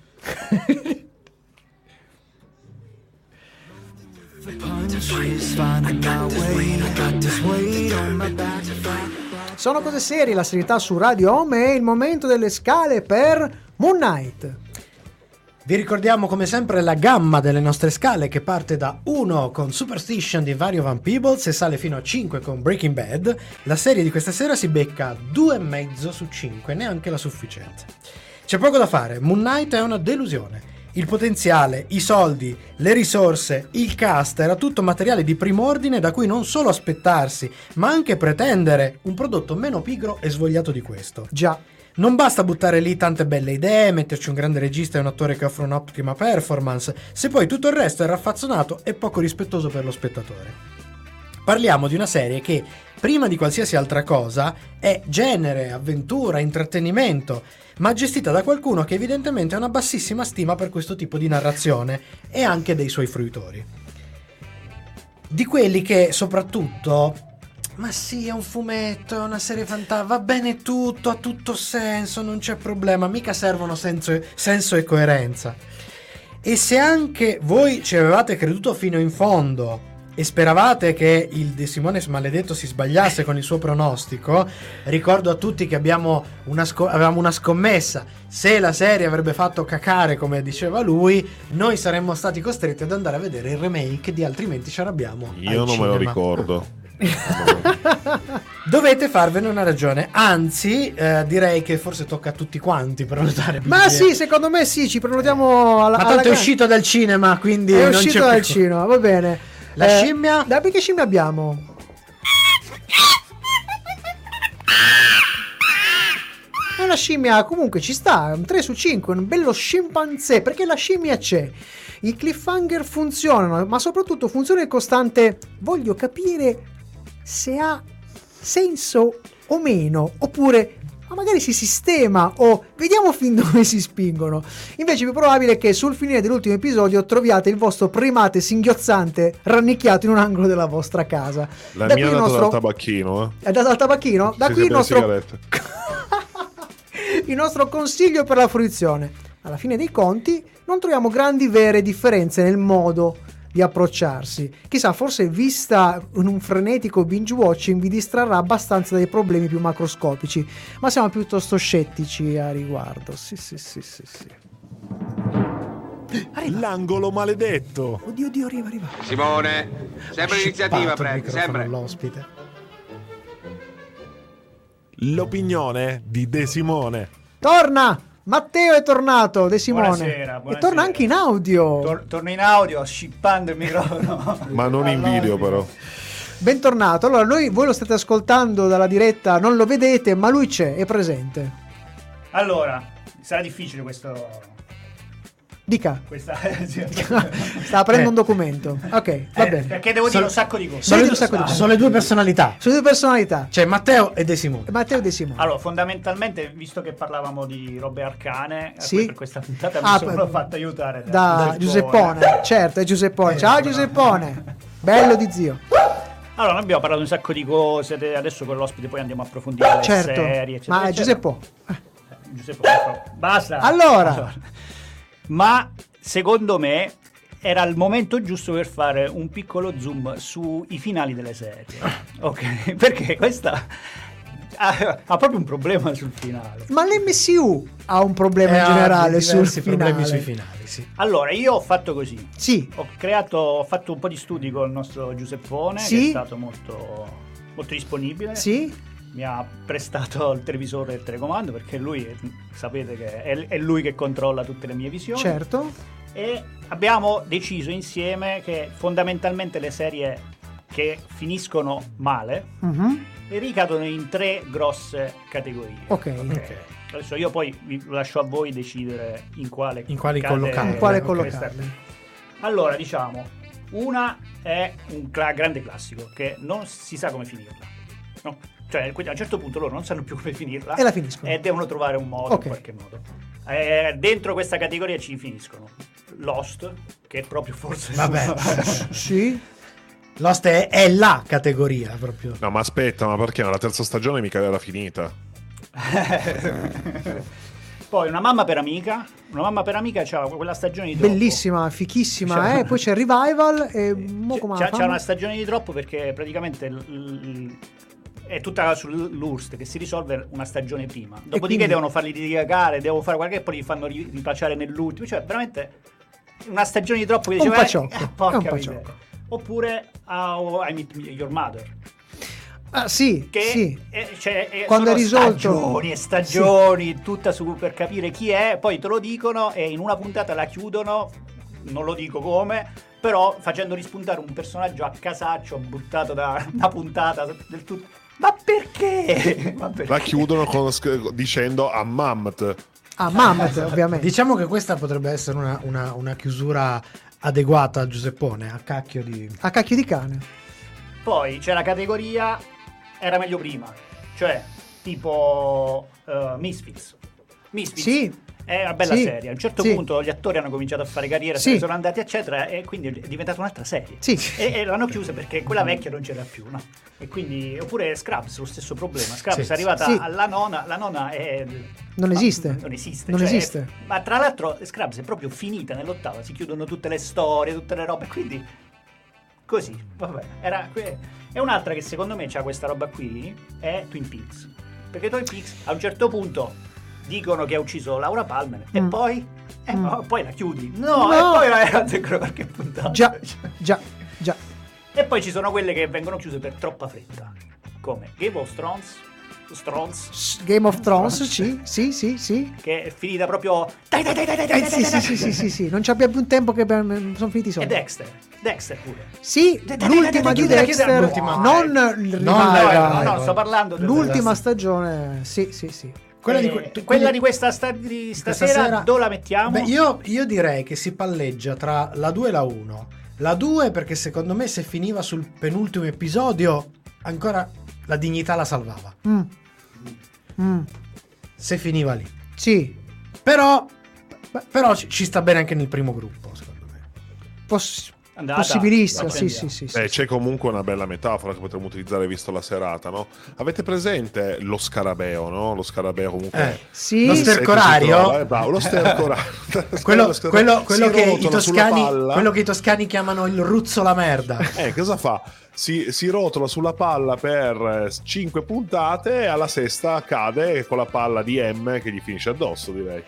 Sono cose serie, la serietà su Radio Home, è il momento delle scale per Moon Knight. Vi ricordiamo come sempre la gamma delle nostre scale, che parte da 1 con Superstition di Mario Van Peebles e sale fino a 5 con Breaking Bad. La serie di questa sera si becca 2,5 su 5, neanche la sufficienza. C'è poco da fare, Moon Knight è una delusione. Il potenziale, i soldi, le risorse, il cast era tutto materiale di prim'ordine da cui non solo aspettarsi, ma anche pretendere un prodotto meno pigro e svogliato di questo. Già. Non basta buttare lì tante belle idee, metterci un grande regista e un attore che offre un'ottima performance, se poi tutto il resto è raffazzonato e poco rispettoso per lo spettatore. Parliamo di una serie che, prima di qualsiasi altra cosa, è genere, avventura, intrattenimento, ma gestita da qualcuno che evidentemente ha una bassissima stima per questo tipo di narrazione e anche dei suoi fruitori. Di quelli che, soprattutto... Ma sì, è un fumetto, è una serie fantastica, va bene tutto, ha tutto senso, non c'è problema, mica servono senso e coerenza. E se anche voi ci avevate creduto fino in fondo e speravate che il De Simonis maledetto si sbagliasse con il suo pronostico, ricordo a tutti che avevamo una scommessa: se la serie avrebbe fatto cacare come diceva lui, noi saremmo stati costretti ad andare a vedere il remake di Altrimenti ci arrabbiamo. Io non me lo ricordo. Dovete farvene una ragione, anzi direi che forse tocca a tutti quanti prenotare. Ma sì, secondo me sì, ci prenotiamo alla... Ma tanto è uscito dal cinema, quindi è non uscito c'è dal più. cinema, va bene. La scimmia? Da che scimmia abbiamo? È una scimmia, comunque ci sta, un 3 su 5, un bello scimpanzé, perché la scimmia c'è. I cliffhanger funzionano, ma soprattutto funziona il costante voglio capire se ha senso o meno, oppure ma magari si sistema o vediamo fin dove si spingono. Invece è più probabile che sul finire dell'ultimo episodio troviate il vostro primate singhiozzante rannicchiato in un angolo della vostra casa. La Da mia è qui il data nostro... dal tabacchino. È data al tabacchino? Da Sì, qui il per le nostro... sigarette. il nostro consiglio per la fruizione. Alla fine dei conti non troviamo grandi vere differenze nel modo di approcciarsi. Chissà, forse vista in un frenetico binge watching vi distrarrà abbastanza dai problemi più macroscopici, ma siamo piuttosto scettici a riguardo. Sì. Arriva. L'angolo maledetto. Oddio, arriva. Simone, sempre l'iniziativa, prendi, sempre. L'ospite. L'opinione di De Simone. Torna! Matteo è tornato, De Simone. Buonasera. E torna anche in audio. Torno in audio, scippando il microfono. Ma non in video però. Bentornato. Allora, voi lo state ascoltando dalla diretta, non lo vedete, ma lui c'è, è presente. Allora, sarà difficile questo... Dica. Questa... Sta aprendo un documento. Ok, va bene. Perché devo dire un sacco di cose. Sono le due personalità. Sono due personalità. C'è Matteo e De Simone. Matteo De Simone. Allora, fondamentalmente, visto che parlavamo di robe arcane, Sì. per questa puntata mi sono fatto aiutare da Giuseppone. Certo, è Giuseppone. Ciao Giuseppone. Bello di zio. Allora, noi abbiamo parlato un sacco di cose, adesso con l'ospite poi andiamo a approfondire le Certo. serie, eccetera, Ma eccetera. Giuseppe. Giuseppe, per favore. Basta. Allora. Ma secondo me era il momento giusto per fare un piccolo zoom sui finali delle serie. Ok, perché questa ha proprio un problema sul finale. Ma l'MCU ha un problema in generale sul problemi finale. sui finali, sì. Allora, io ho fatto così. Sì. Ho fatto un po' di studi con il nostro Giuseppone, Sì. che è stato molto, molto disponibile. Sì. Mi ha prestato il televisore e il telecomando, perché lui, sapete che è lui che controlla tutte le mie visioni. Certo. E abbiamo deciso insieme che fondamentalmente le serie che finiscono male Mhm. ricadono in 3 grosse categorie. Ok. Adesso io poi vi lascio a voi decidere in quali collocarle. In quale Ok. collocarle. Allora, diciamo, una è un grande classico che non si sa come finirla, no? Cioè, quindi a un certo punto loro non sanno più come finirla E la finiscono. e devono trovare un modo, Ok. in qualche modo. Dentro questa categoria ci finiscono Lost, che è proprio forse Vabbè. Sì. Lost è la categoria proprio. No, ma aspetta, ma perché? La terza stagione mica era finita. Poi Una mamma per amica c'ha quella stagione di troppo. Bellissima, fichissima, Cioè- Poi c'è il revival e mo come la c'ha fanno? una stagione di troppo perché praticamente è tutta sull'Urst che si risolve una stagione prima. Dopodiché quindi- devono farli divagare, devono fare qualche e poi li fanno ripaciare nell'ultimo. Cioè, veramente una stagione di troppo che Un dice, paciocco, porca è un miseria. paciocco. Oppure How I Met Your Mother. Ah, sì, Che sì. sono Quando è risolto- stagioni e stagioni, tutta su per capire chi è, poi te lo dicono e in una puntata la chiudono, non lo dico come, però facendo rispuntare un personaggio a casaccio buttato da una puntata del tutto. Ma perché? Ma perché? La chiudono dicendo a Mammoth. Ah, Mammoth, ovviamente. Diciamo che questa potrebbe essere una chiusura adeguata a Giuseppone, a cacchio di... A cacchio di cane. Poi c'è la categoria era meglio prima, cioè tipo Misfits. Sì. È una bella Sì. serie. A un certo Sì. punto gli attori hanno cominciato a fare carriera, Sì. se ne sono andati, eccetera, e quindi è diventata un'altra serie. Sì. E l'hanno chiusa perché quella vecchia non c'era più, no? E quindi, oppure Scrubs, lo stesso problema. Scrubs Sì. è arrivata Sì. alla nona, la nona è... Non esiste. Non esiste. Non cioè, esiste. ma tra l'altro Scrubs è proprio finita nell'ottava, si chiudono tutte le storie, tutte le robe, quindi... Così, vabbè. E un'altra che secondo me c'ha questa roba qui è Twin Peaks. Perché Twin Peaks a un certo punto dicono che ha ucciso Laura Palmer e poi poi la chiudi. No, No. e poi vai avanti ancora qualche puntata. Già. E poi ci sono quelle che vengono chiuse per troppa fretta, come Game of Thrones, Game of Thrones, sì. che è finita proprio dai, Sì, non ci abbia più un tempo che sono finiti i soldi. E Dexter pure. Sì, l'ultima di Dexter, non No, sto parlando l'ultima stagione, sì. Quella di questa stasera dove la mettiamo? Beh, io direi che si palleggia tra la 2 e la 1. La 2 perché secondo me se finiva sul penultimo episodio ancora la dignità la salvava. Se finiva lì. Sì. Però ci sta bene anche nel primo gruppo, secondo me. Possibilissimo, sì. C'è comunque una bella metafora che potremmo utilizzare visto la serata, no? Avete presente lo scarabeo, no? Lo scarabeo comunque sì. Lo stercorario, bravo, lo stercorario. quello che i toscani chiamano il ruzzola merda. Cosa fa? Si rotola sulla palla per 5 puntate e alla sesta cade con la palla di M che gli finisce addosso, direi.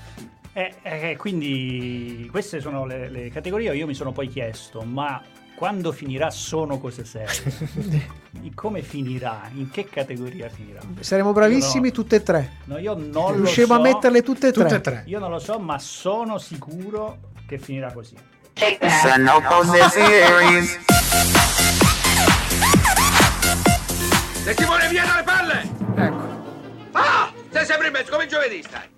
Quindi queste sono le categorie. Io mi sono poi chiesto, ma quando finirà Sono Cose Serie? Come finirà? In che categoria finirà? Saremo bravissimi tutte e tre. No, io non lo riusciamo a metterle tutte e tre. Io non lo so, ma sono sicuro che finirà così. Sono Cose Serie. Se ti vuole via dalle palle! Ecco. Sei sempre in mezzo, come giovedì stai.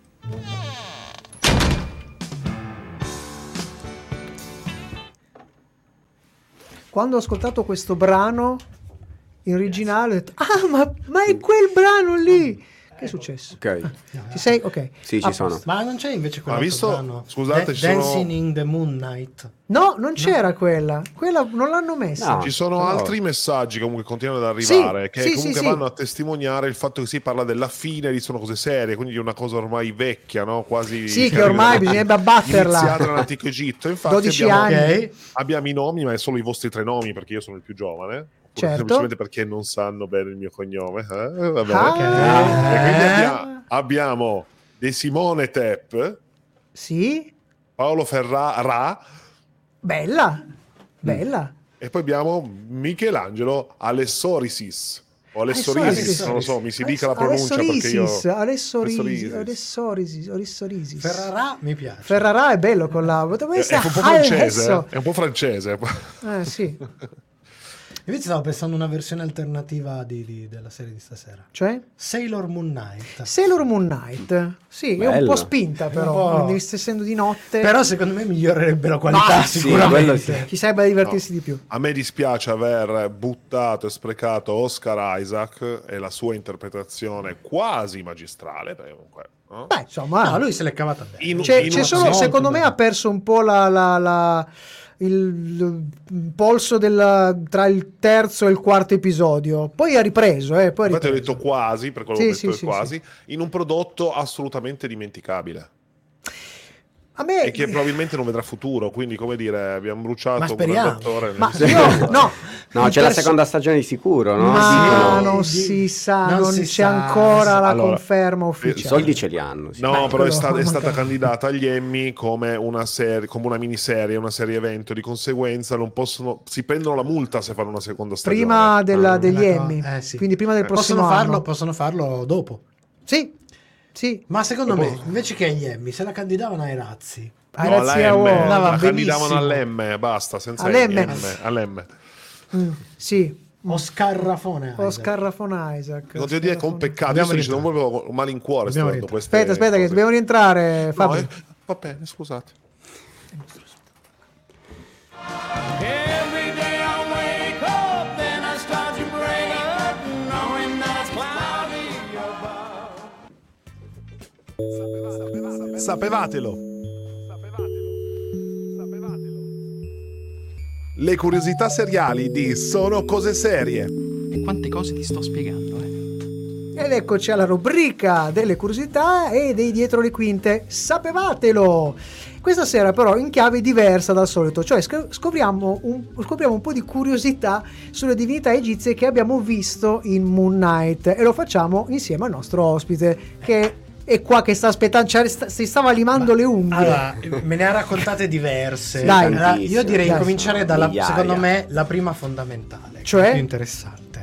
Quando ho ascoltato questo brano in originale ho detto, ma è quel brano lì. Che è successo? Ok. Ci sei? Ok. Sì, ci sono. Ma non c'è invece quello brano? Scusate, Dancing in the Moonlight. No, non c'era quella non l'hanno messa. No. Ci sono altri messaggi comunque continuano ad arrivare che comunque vanno a testimoniare il fatto che si parla della fine di Sono Cose Serie, quindi di una cosa ormai vecchia, no? Quasi che ormai bisognerebbe abbatterla. Iniziata nell'antico Egitto. Infatti 12 anni. abbiamo i nomi, ma è solo i vostri 3 nomi perché io sono il più giovane. Certo. Semplicemente perché non sanno bene il mio cognome. Vabbè. Okay. E quindi abbiamo De Simone Tepp. Sì. Paolo Ferrara. Bella. E poi abbiamo Michelangelo Alessorisis. O Alessorisis, non lo so, mi si dica la pronuncia perché io... Alessorisis. Ferrara mi piace. Ferrara è bello con la... È un po' francese. È un po' francese. Sì. Invece stavo pensando una versione alternativa della serie di stasera. Cioè? Sailor Moon Knight. Sì, bello. è un po' spinta però, essendo di notte. Però secondo me migliorerebbe la qualità sicuramente. Sì. Chi sarebbe divertirsi di più. A me dispiace aver buttato e sprecato Oscar Isaac e la sua interpretazione quasi magistrale, perché comunque... No? Beh, insomma... No, lui se l'è cavata bene. C'è solo, secondo me ha perso un po' il polso tra il terzo e il quarto episodio, poi ha ripreso. Infatti ho detto quasi, per quello che ho detto quasi, sì. in un prodotto assolutamente dimenticabile. A me... E che probabilmente non vedrà futuro, quindi come dire, abbiamo bruciato un speriamo. attore. Ma io, no, c'è la seconda stagione di sicuro, no? Ma non si sa, non c'è ancora la conferma ufficiale. I soldi ce li hanno. Sì. No, però è stata candidata agli Emmy come una serie, come una miniserie, una serie evento, di conseguenza non possono, si prendono la multa se fanno una seconda stagione. Prima degli Emmy, sì. Quindi prima del prossimo anno. Possono farlo dopo. Sì. Ma secondo me, invece che agli Emmy, se la candidavano ai Razzi. La candidavano all'M, basta, senza all'M. Sì. Oscar Rafone Isaac. Non devo dire che è un peccato, io sto dicendo proprio male in cuore. Aspetta, che dobbiamo rientrare, Fabio. Va bene, scusate. Sapevatelo. Le curiosità seriali di Sono Cose Serie. E quante cose ti sto spiegando, Ed eccoci alla rubrica delle curiosità e dei dietro le quinte. Sapevatelo! Questa sera però in chiave diversa dal solito, cioè scopriamo un po' di curiosità sulle divinità egizie che abbiamo visto in Moon Knight, e lo facciamo insieme al nostro ospite, che è qua che sta aspettando, cioè, si stava limando le unghie. Allora, me ne ha raccontate diverse. Dai. Allora, io direi Dai. cominciare dalla, Migliaia. secondo me, la prima fondamentale, Cioè? che è più interessante.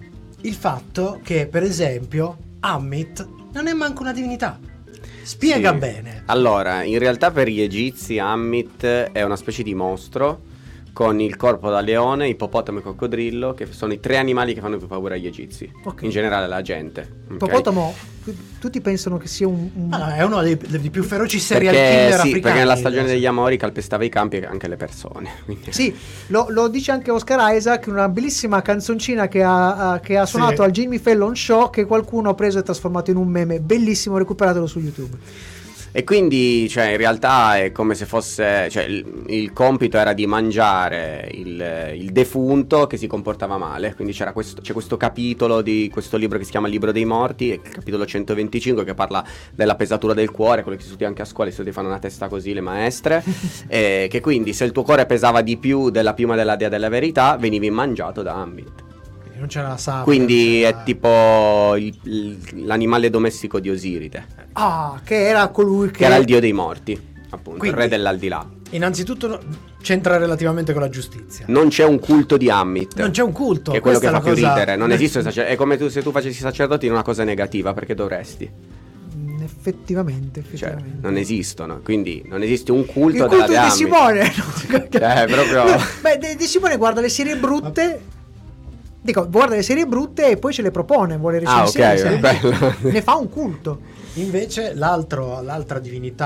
Il fatto che, per esempio, Ammit non è manco una divinità. Spiega Sì. bene. Allora, in realtà per gli egizi Ammit è una specie di mostro con il corpo da leone, ippopotamo e coccodrillo, che sono i 3 animali che fanno più paura agli egizi. Ok. In generale alla gente. ok? Ippopotamo, tutti pensano che sia un... Ah, è uno dei più feroci serial killer Perché, sì, africani. perché nella stagione degli amori calpestava i campi e anche le persone. Quindi... Sì, lo dice anche Oscar Isaac, una bellissima canzoncina che ha suonato Sì. al Jimmy Fallon Show, che qualcuno ha preso e trasformato in un meme bellissimo, recuperatelo su YouTube. E quindi, cioè, in realtà è come se fosse, cioè, il compito era di mangiare il defunto che si comportava male. Quindi c'è questo capitolo di questo libro che si chiama Il libro dei morti, il capitolo 125, che parla della pesatura del cuore, quello che si studia anche a scuola, si fanno una testa così le maestre, che quindi se il tuo cuore pesava di più della piuma della dea della verità, venivi mangiato da Ammit. Non c'era la sabbia. Quindi non è c'era- tipo l'animale domestico di Osiride, Ah, che era colui che era il dio dei morti, appunto, Quindi- il re dell'aldilà. Innanzitutto c'entra relativamente con la giustizia. Non c'è un culto di Ammit. Non c'è un culto. Che è quello che questa fa è più la cosa- ridere. Non esiste è come se tu facessi sacerdoti in una cosa negativa, perché dovresti. Effettivamente. Cioè, non esistono. Quindi non esiste un culto Il della culto dea di Ammit. Simone. proprio. Beh, di Simone guarda le serie brutte. Dico, guarda le serie brutte e poi ce le propone, vuole Ah, recensire. ok, se- bello. Ne fa un culto. Invece l'altra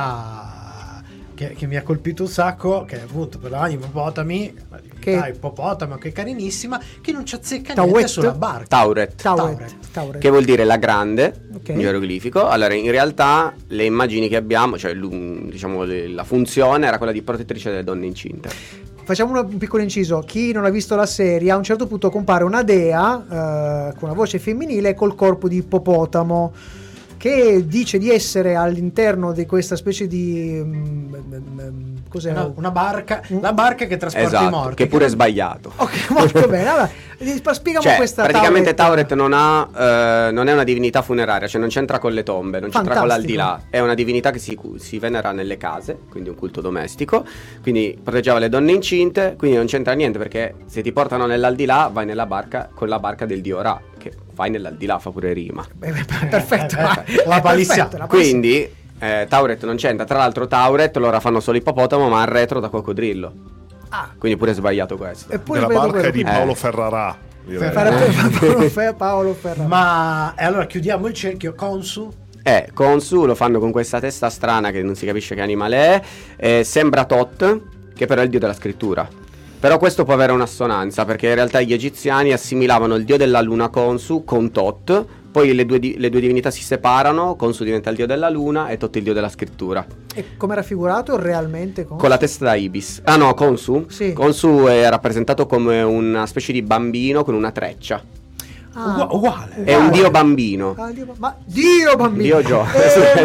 divinità che mi ha colpito un sacco, che è appunto per gli ippopotami, la divinità Che- ippopotamo, che è carinissima, che non ci azzecca Tauret? niente sulla barca. Tauret. Tauret. Che vuol dire la grande, Ok. in geroglifico. Allora, in realtà le immagini che abbiamo, cioè diciamo la funzione era quella di protettrice delle donne incinte. Facciamo un piccolo inciso. Chi non ha visto la serie, a un certo punto compare una dea con una voce femminile col corpo di ippopotamo, che dice di essere all'interno di questa specie di cos'è? Una barca, la barca che trasporta i Esatto, morti. che pure è sbagliato. Ok, molto bene. Allora, spiegami Cioè, questa praticamente Tauret non è una divinità funeraria, cioè non c'entra con le tombe, non c'entra con Fantastico. l'aldilà. È una divinità che si venera nelle case, quindi un culto domestico. Quindi proteggeva le donne incinte, quindi non c'entra niente, perché se ti portano nell'aldilà vai nella barca con la barca del dio Ra, che vai nell'aldilà, fa pure rima. perfetto. La palissiamo. Perfetto, la Quindi Tauret non c'entra. Tra l'altro Tauret loro fanno solo ippopotamo, ma al retro da coccodrillo. Ah. Quindi pure sbagliato questo. Eppure Nella vedo barca quello. di Paolo Ferrarà. direi. Paolo Ferrara. Ma e allora chiudiamo il cerchio. Consu. Consu lo fanno con questa testa strana che non si capisce che animale è. Sembra Tot, che però è il dio della scrittura. Però questo può avere un'assonanza, perché in realtà gli egiziani assimilavano il dio della luna Consu con Tot. Poi le due divinità si separano, Consu diventa il dio della luna e Tot il dio della scrittura. E come era figurato realmente? Con la testa da ibis. Ah no, Consu? Sì. Consu è rappresentato come una specie di bambino con una treccia. Ah, Uguale. È un dio bambino. Ah, ma Dio bambino. Dio Gio.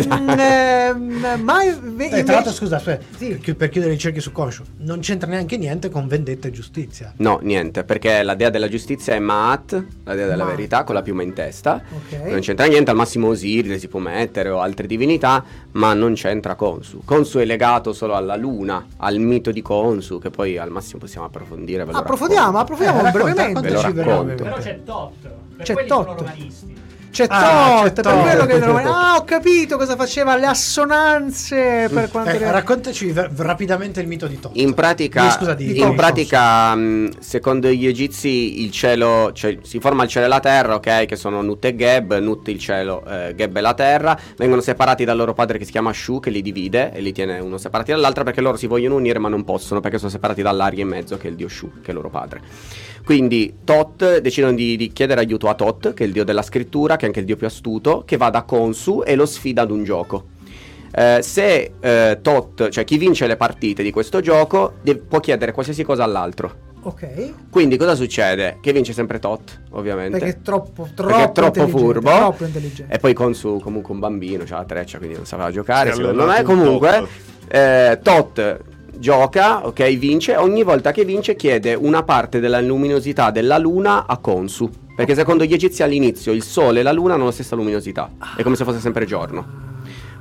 Ma Tra l'altro, scusa, aspetta, Sì. per chiudere il cerchio su Consu, non c'entra neanche niente con vendetta e giustizia. No, niente, perché la dea della giustizia è Maat, la dea della Maat. verità, con la piuma in testa. Ok. Non c'entra niente, al massimo Osiride si può mettere o altre divinità, ma non c'entra Consu. Consu è legato solo alla luna, al mito di Consu, che poi al massimo possiamo approfondire. ve lo Approfondiamo racconta, brevemente. Ve lo raccontaci racconto. brevemente. Però c'è Tot. Per C'è quelli Tot. sono romanisti. C'è Ah, Tot, c'è per Tot. quello che ho capito cosa faceva, le assonanze per quanto riguarda. Raccontaci rapidamente il mito di Tot. In pratica, Scusa, di in Consu. pratica secondo gli egizi il cielo, cioè si forma il cielo e la terra, ok, che sono Nut e Geb, Nut il cielo, Geb è la terra, vengono separati dal loro padre che si chiama Shu, che li divide e li tiene uno separati dall'altro, perché loro si vogliono unire ma non possono, perché sono separati dall'aria in mezzo, che è il dio Shu, che è il loro padre. Quindi Tot decidono di chiedere aiuto a Tot, che è il dio della scrittura, che è anche il dio più astuto, che va da Consu e lo sfida ad un gioco. Se Tot, cioè chi vince le partite di questo gioco, può chiedere qualsiasi cosa all'altro. Ok. Quindi cosa succede? Che vince sempre Tot, ovviamente. Perché è troppo Perché è troppo intelligente, furbo. troppo intelligente. E poi Consu comunque un bambino, c'ha la treccia, quindi non sapeva giocare, Si è secondo me. allenato un Comunque tot. Tot gioca, ok, vince. Ogni volta che vince chiede una parte della luminosità della luna a Consu, perché secondo gli egizi all'inizio il sole e la luna hanno la stessa luminosità, è come se fosse sempre giorno.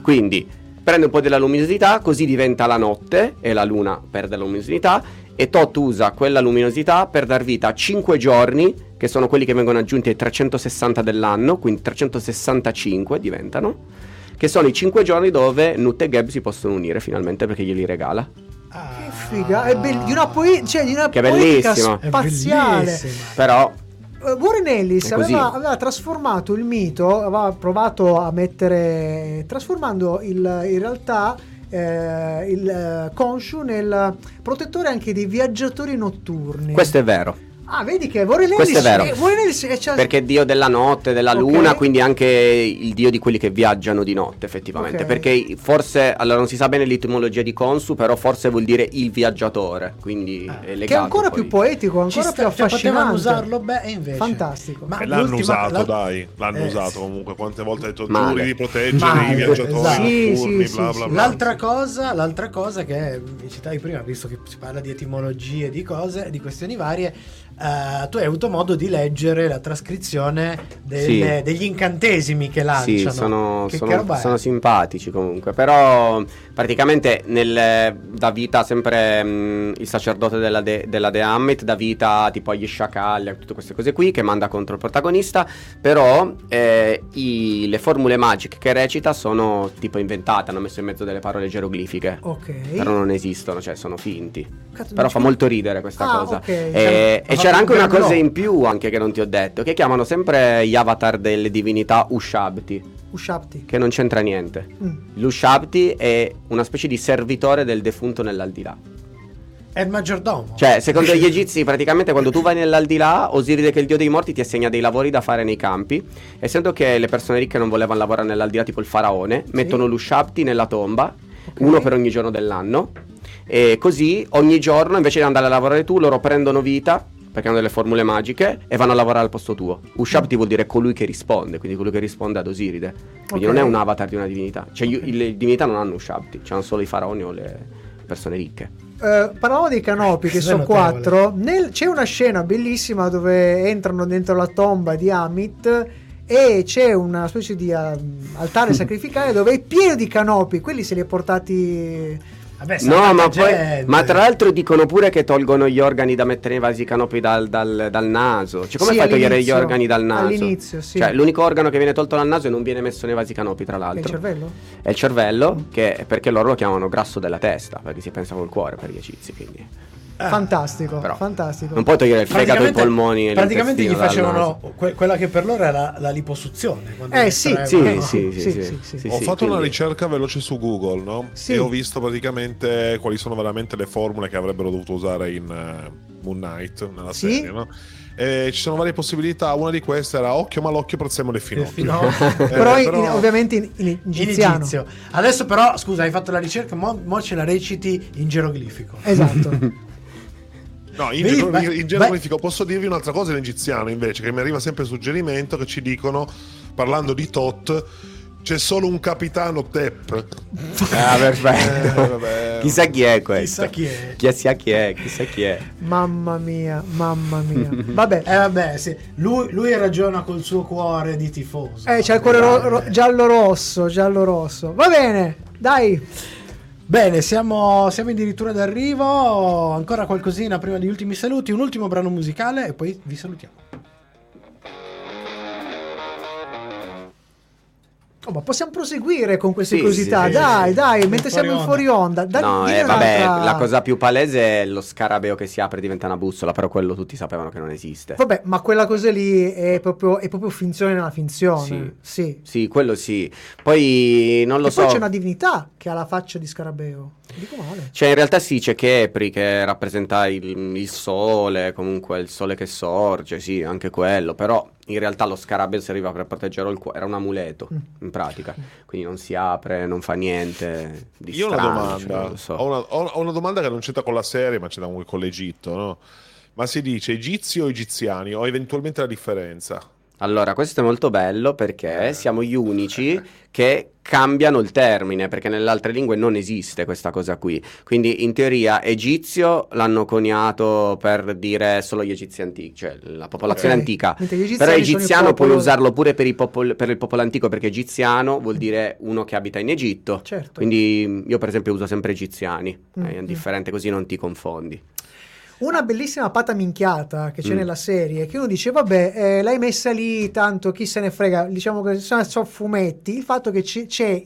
Quindi prende un po' della luminosità, così diventa la notte e la luna perde la luminosità, e Tot usa quella luminosità per dar vita a 5 giorni, che sono quelli che vengono aggiunti ai 360 dell'anno, quindi 365 diventano, che sono i 5 giorni dove Nut e Geb si possono unire finalmente perché glieli regala. Che figa, è di una che poetica bellissimo. spaziale. Però Warren Ellis è così. aveva trasformato il mito, aveva provato a mettere, trasformando in realtà il Khonshu nel protettore anche dei viaggiatori notturni. questo è vero. Ah, vedi che Warren Ellis, Questo è vero. Perché è dio della notte, della luna, quindi anche il dio di quelli che viaggiano di notte, effettivamente. Ok. Perché forse, allora non si sa bene l'etimologia di Khonsu, però forse vuol dire il viaggiatore, quindi è legato. che è ancora poi. più poetico, ancora più affascinante. Potevano usarlo e invece Fantastico. Ma L'hanno l'ultima- usato, la- dai, l'hanno usato comunque. Quante volte hai detto Male. giuri di proteggere Male, i viaggiatori esatto. notturni, Sì, bla sì, bla sì. bla. L'altra cosa che mi citavi prima, visto che si parla di etimologie, di cose, di questioni varie, tu hai avuto modo di leggere la trascrizione degli incantesimi che lanciano. Sì, sono Che roba è? simpatici comunque. Però praticamente dà vita sempre il sacerdote della De Ammit, dà vita tipo agli sciacalli, a tutte queste cose qui che manda contro il protagonista. Però le formule magiche che recita sono tipo inventate, hanno messo in mezzo delle parole geroglifiche. Ok. Però non esistono, cioè sono finti. Cazzo, Però non fa ci- molto ridere questa Ah, cosa. ok. E Cioè, c'era anche una bello. cosa in più anche che non ti ho detto, che chiamano sempre gli avatar delle divinità Ushabti, Ushapti. che non c'entra niente. L'Ushabti è una specie di servitore del defunto nell'aldilà. È il maggiordomo. Cioè, secondo gli egizi, praticamente quando tu vai nell'aldilà, Osiride, che è il dio dei morti, ti assegna dei lavori da fare nei campi. Essendo che le persone ricche non volevano lavorare nell'aldilà, tipo il faraone, mettono l'Ushabti nella tomba, uno per ogni giorno dell'anno. E così ogni giorno, invece di andare a lavorare tu, loro prendono vita, perché hanno delle formule magiche, e vanno a lavorare al posto tuo. Ushabti vuol dire colui che risponde, quindi colui che risponde ad Osiride. Quindi Ok. non è un avatar di una divinità. Cioè le divinità non hanno Ushabti, hanno solo i faraoni o le persone ricche. Parlavamo dei canopi che sono notevole. 4. C'è una scena bellissima dove entrano dentro la tomba di Amit e c'è una specie di altare sacrificale dove è pieno di canopi. Quelli se li ha portati. Vabbè, No, ma poi, gente. ma tra l'altro dicono pure che tolgono gli organi da mettere nei vasi canopi dal naso. Cioè, come Sì, fai a togliere gli all'inizio. organi dal naso? All'inizio, sì. Cioè, l'unico organo che viene tolto dal naso e non viene messo nei vasi canopi, tra È il l'altro. cervello? È il cervello, perché loro lo chiamano grasso della testa, perché si pensa col cuore per gli egizi, quindi. Fantastico, Però fantastico. non puoi togliere il fegato, i polmoni e praticamente gli l'intestino dal facevano naso. quella che per loro era la liposuzione. quando Sì, estraevano- Sì, Ho fatto una quindi- ricerca veloce su Google, no? Sì. E ho visto praticamente quali sono veramente le formule che avrebbero dovuto usare in Moon Knight, nella Sì. serie, no? E ci sono varie possibilità. Una di queste era occhio malocchio, prezzemolo e finocchio. Però, però- ovviamente in In egiziano. egizio. Adesso però, scusa, hai fatto la ricerca, mo ce la reciti in geroglifico. Esatto. No, Vedi, in geroglifico posso dirvi un'altra cosa in egiziano invece, che mi arriva sempre il suggerimento che ci dicono, parlando di Tot, c'è solo un capitano Tep. Ah, perfetto. Vabbè. Chissà chi è questo. Chissà chi è. Chissà chi è. Mamma mia, mamma mia. Vabbè. Vabbè, sì. Lui ragiona col suo cuore di tifoso. C'è il cuore giallo rosso. Va bene, dai. Bene, siamo addirittura d'arrivo. Ancora qualcosina prima degli ultimi saluti. Un ultimo brano musicale e poi vi salutiamo. Oh, ma possiamo proseguire con queste Sì, curiosità? sì, sì, dai, sì. mentre Fuori siamo in onda. fuori onda. No, Dimmi vabbè, un'altra- la cosa più palese è lo scarabeo che si apre e diventa una bussola, però quello tutti sapevano che non esiste. Vabbè, ma quella cosa lì è proprio finzione nella finzione. Sì. Sì, quello sì. Poi non lo E so. poi c'è una divinità che ha la faccia di scarabeo. Dico male. Cioè, in realtà sì, c'è Khepri che rappresenta il sole, comunque il sole che sorge, sì, anche quello, però in realtà lo scarabeo serviva per proteggere il cuore, era un amuleto, in pratica, quindi non si apre, non fa niente di Io ho una strano, domanda, cioè, non lo so. ho una domanda che non c'entra con la serie, ma c'entra con l'Egitto, no? Ma si dice egizi o egiziani, o eventualmente la differenza? Allora, questo è molto bello perché siamo gli unici che cambiano il termine, perché nelle altre lingue non esiste questa cosa qui. Quindi in teoria egizio l'hanno coniato per dire solo gli egizi antichi, cioè la popolazione antica. Però egiziano puoi usarlo pure per il popolo antico, perché egiziano vuol dire uno che abita in Egitto. Certo. Quindi io per esempio uso sempre egiziani, è indifferente, così non ti confondi. Una bellissima pata minchiata che c'è nella serie, che uno dice vabbè, l'hai messa lì, tanto chi se ne frega, diciamo che sono fumetti, il fatto che c'è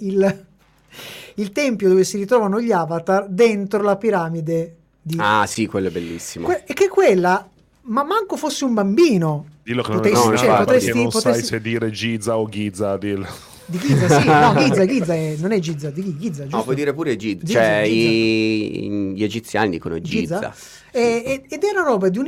il tempio dove si ritrovano gli avatar dentro la piramide di... Ah sì, quello è bellissimo. E che quella, ma manco fosse un bambino. Dillo che potresti, non sai se dire Giza o Giza, dillo. Di Giza, sì, no, Giza non è Giza, di Giza, giusto? No, puoi dire pure Giza, cioè gli egiziani dicono Giza. Ed era roba di un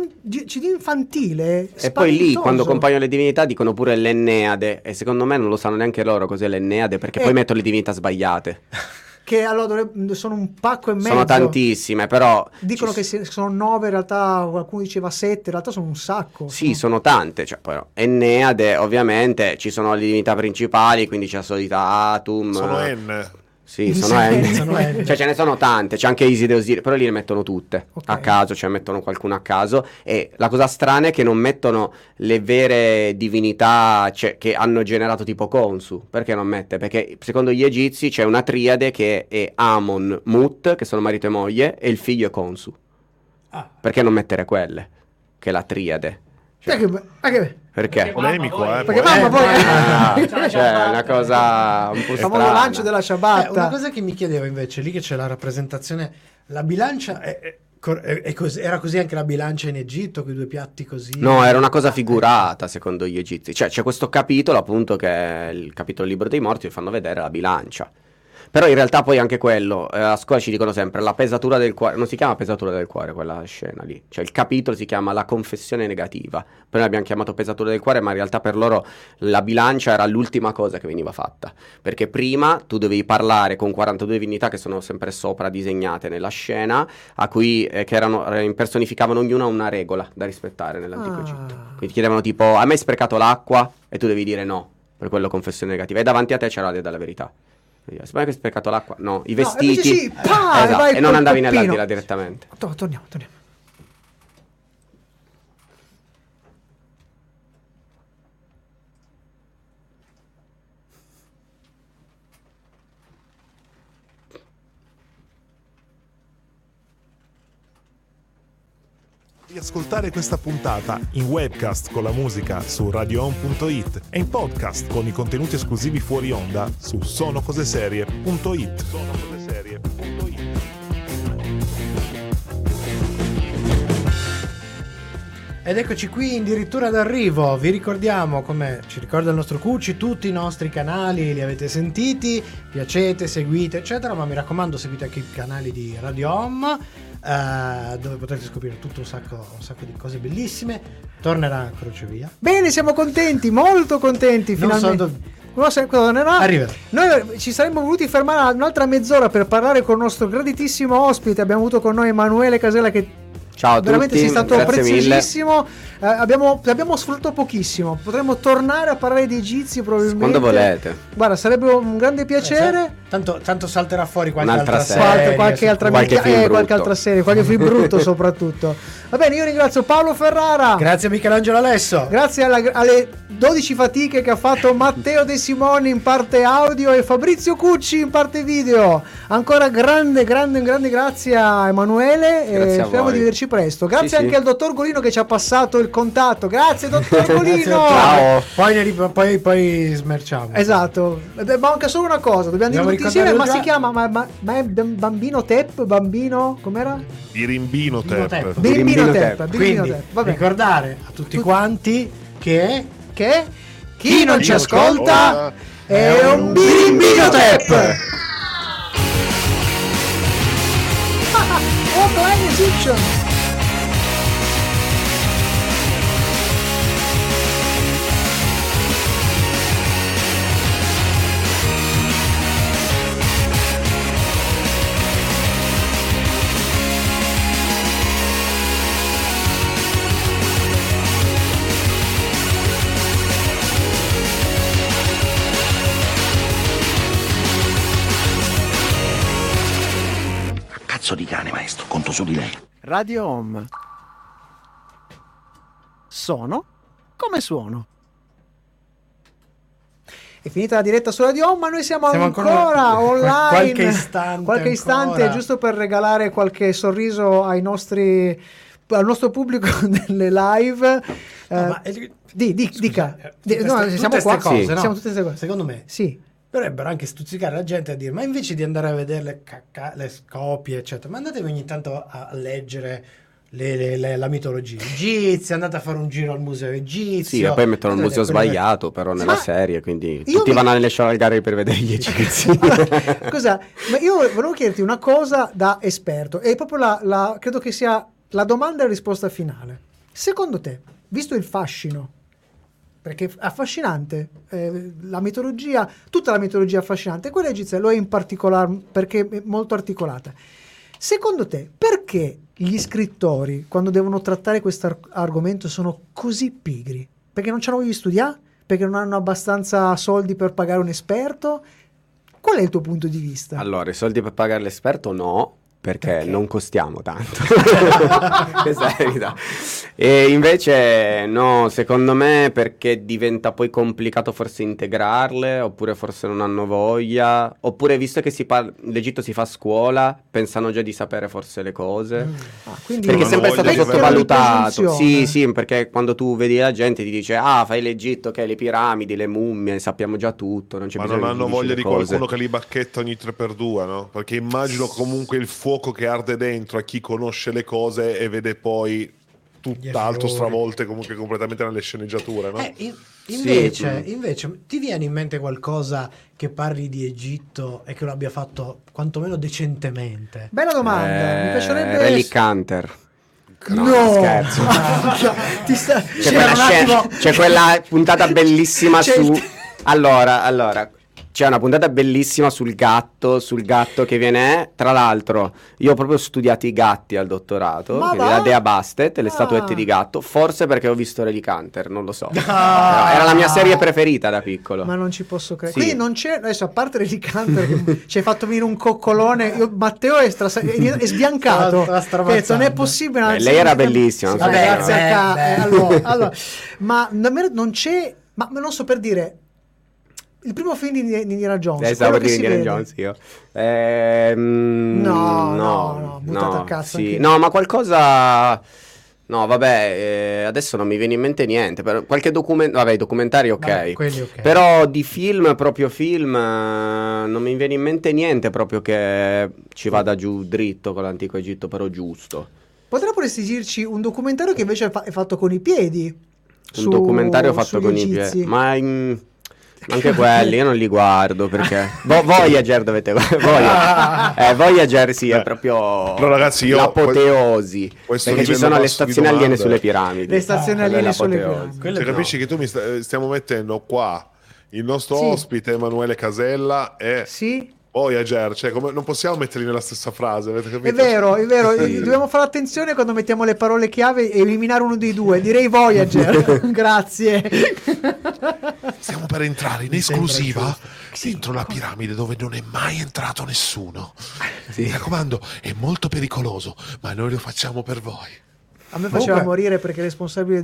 infantile e poi lì quando compaiono le divinità dicono pure l'Enneade, e secondo me non lo sanno neanche loro cos'è l'Enneade, perché poi mettono le divinità sbagliate. Che allora sono un pacco e mezzo. Sono tantissime, però dicono che sono 9, in realtà qualcuno diceva 7, in realtà sono un sacco. Sì, sono tante, cioè però Enneade ovviamente ci sono le divinità principali, quindi c'è la solita Atum. Sono N. Sì, sono N. Cioè ce ne sono tante, c'è anche Iside e Osiris, però lì le mettono tutte a caso, cioè mettono qualcuno a caso, e la cosa strana è che non mettono le vere divinità, cioè, che hanno generato tipo Khonsu. Perché non mette? Perché secondo gli egizi c'è una triade che è Amon, Mut, che sono marito e moglie, e il figlio è Khonsu. Perché non mettere quelle? Che è la triade. Perché? Polemico, perché mamma poi cioè è una cosa un po' il strana. famoso lancio della ciabatta. Una cosa che mi chiedevo invece, lì che c'è la rappresentazione, la bilancia era così anche la bilancia in Egitto, quei due piatti così? No, era una cosa figurata secondo gli egizi. Cioè c'è questo capitolo appunto che è il capitolo Libro dei Morti, e fanno vedere la bilancia. Però in realtà poi anche quello, a scuola ci dicono sempre la pesatura del cuore, non si chiama pesatura del cuore quella scena lì, cioè il capitolo si chiama la confessione negativa, poi noi abbiamo chiamato pesatura del cuore, ma in realtà per loro la bilancia era l'ultima cosa che veniva fatta, perché prima tu dovevi parlare con 42 divinità che sono sempre sopra disegnate nella scena, a cui che impersonificavano ognuna una regola da rispettare nell'antico Egitto, quindi chiedevano tipo hai mai sprecato l'acqua? E tu devi dire no, per quello confessione negativa, e davanti a te c'era la verità. Sapete che hai sprecato l'acqua? No, i vestiti. Sì, esatto, e non andavi nell'aldilà direttamente. Torniamo. Di ascoltare questa puntata in webcast con la musica su radioon.it e in podcast con i contenuti esclusivi fuori onda su sonocoseserie.it. Ed eccoci qui addirittura d'arrivo. Vi ricordiamo, come ci ricorda il nostro Cucci, tutti i nostri canali li avete sentiti, piacete, seguite eccetera, ma mi raccomando seguite anche i canali di Radio Home, dove potete scoprire tutto un sacco di cose bellissime. Tornerà Crocevia. Bene, siamo contenti, molto contenti finalmente. Arriva. Noi ci saremmo voluti fermare un'altra mezz'ora per parlare con il nostro graditissimo ospite. Abbiamo avuto con noi Emanuele Casella, che ciao a veramente tutti, sei stato grazie preziosissimo. mille. Abbiamo sfruttato pochissimo. Potremmo tornare a parlare di egizi probabilmente quando volete. Guarda, sarebbe un grande piacere. Tanto salterà fuori qualche Un'altra altra serie. Qualche altra qualche altra serie, qualche film brutto soprattutto. Va bene, io ringrazio Paolo Ferrara. Grazie a Michelangelo Alesso. Grazie alle 12 fatiche che ha fatto Matteo De Simoni in parte audio e Fabrizio Cucci in parte video. Ancora grande grazie a Emanuele. Grazie a speriamo voi. di vederci presto. Grazie Sì, anche sì. al dottor Golino che ci ha passato il contatto. Grazie dottor Golino. Ciao. Poi smerciamo. Esatto. Manca solo una cosa, dobbiamo dire tutti insieme, ma già. si chiama ma è bambino Tep, bambino com'era? Birimbino Tep. Birimbino Tep. Tep. Birimbino Quindi Tep. Va bene. ricordare a tutti quanti che Chi non ci ascolta è un Birimbino Tep. Oh, Blind Egyptian. cazzo di cane, maestro. Conto su di lei. Radio Home. Sono come suono. È finita la diretta su Radio Home, ma noi siamo ancora online. Qualche istante ancora. Giusto per regalare qualche sorriso al nostro pubblico nelle live. Dica. Siamo qua. Cose, no? Siamo tutte queste cose. Secondo me sì. Dovrebbero anche stuzzicare la gente a dire: ma invece di andare a vedere le copie, eccetera, ma andatevi ogni tanto a leggere la mitologia egizia, andate a fare un giro al museo egizio. Sì, e poi mettono il museo sbagliato, però nella serie, quindi tutti vanno alle scialgare per vedere gli egizi. Allora, ma io volevo chiederti una cosa da esperto, è proprio credo che sia la domanda e la risposta finale. Secondo te, visto il fascino, perché è affascinante, la mitologia, tutta la mitologia è affascinante, quella egizia lo è in particolare perché è molto articolata. Secondo te, perché gli scrittori, quando devono trattare questo argomento, sono così pigri? Perché non c'hanno voglia di studiare? Perché non hanno abbastanza soldi per pagare un esperto? Qual è il tuo punto di vista? Allora, i soldi per pagare l'esperto no, perché non costiamo tanto. Questa è la verità. E invece no, secondo me perché diventa poi complicato forse integrarle, oppure forse non hanno voglia, oppure visto che l'Egitto si fa a scuola, pensano già di sapere forse le cose. Quindi perché è sempre stato sottovalutato. Sì, sì, perché quando tu vedi la gente ti dice fai l'Egitto, che le piramidi, le mummie, sappiamo già tutto, non c'è bisogno non hanno voglia di cose. qualcuno che li bacchetta ogni 3x2, no? Perché immagino comunque il fuoco che arde dentro a chi conosce le cose e vede poi tutt'altro stravolte comunque completamente nelle sceneggiature, no? Invece ti viene in mente qualcosa che parli di Egitto e che lo abbia fatto quantomeno decentemente? Bella domanda, mi piacerebbe. Relic Hunter. No, scherzo. C'è c'è quella puntata bellissima su allora c'è una puntata bellissima sul gatto che viene. Tra l'altro, io ho proprio studiato i gatti al dottorato, quindi la Dea Bastet, le statuette di gatto, forse perché ho visto Relic Hunter, non lo so. Era la mia serie preferita da piccolo. Ma non ci posso credere. Sì. Quindi non c'è, adesso a parte Relic Hunter che ci hai fatto venire un coccolone, Matteo è sbiancato. Non è possibile. Lei era bellissima. Sì, grazie a allora, ma non c'è, ma non so, per dire, il primo film di Indiana Jones. Stavo per dire Indiana Jones io. No, buttata a cazzo. Sì. No, ma qualcosa. No, vabbè, adesso non mi viene in mente niente. Qualche documentario, i documentari ok. Okay. Però di film, proprio film, non mi viene in mente niente proprio che ci vada giù dritto con l'antico Egitto, però giusto. Potresti dirci un documentario che invece è fatto con i piedi? Un documentario fatto con i piedi. Ma anche quelli io non li guardo perché Voyager dovete Voyager sì, è proprio ragazzi, l'apoteosi, perché ci sono le stazioni aliene sulle piramidi. Le stazioni aliene sulle piramidi. Cioè, capisci che tu stiamo mettendo qua il nostro ospite Emanuele Casella e Voyager, cioè non possiamo metterli nella stessa frase, avete capito? È vero, dobbiamo fare attenzione quando mettiamo le parole chiave e eliminare uno dei due. Direi Voyager. Grazie. Stiamo per entrare in esclusiva dentro la piramide dove non è mai entrato nessuno. Mi raccomando, è molto pericoloso, ma noi lo facciamo per voi. A me faceva morire perché il responsabile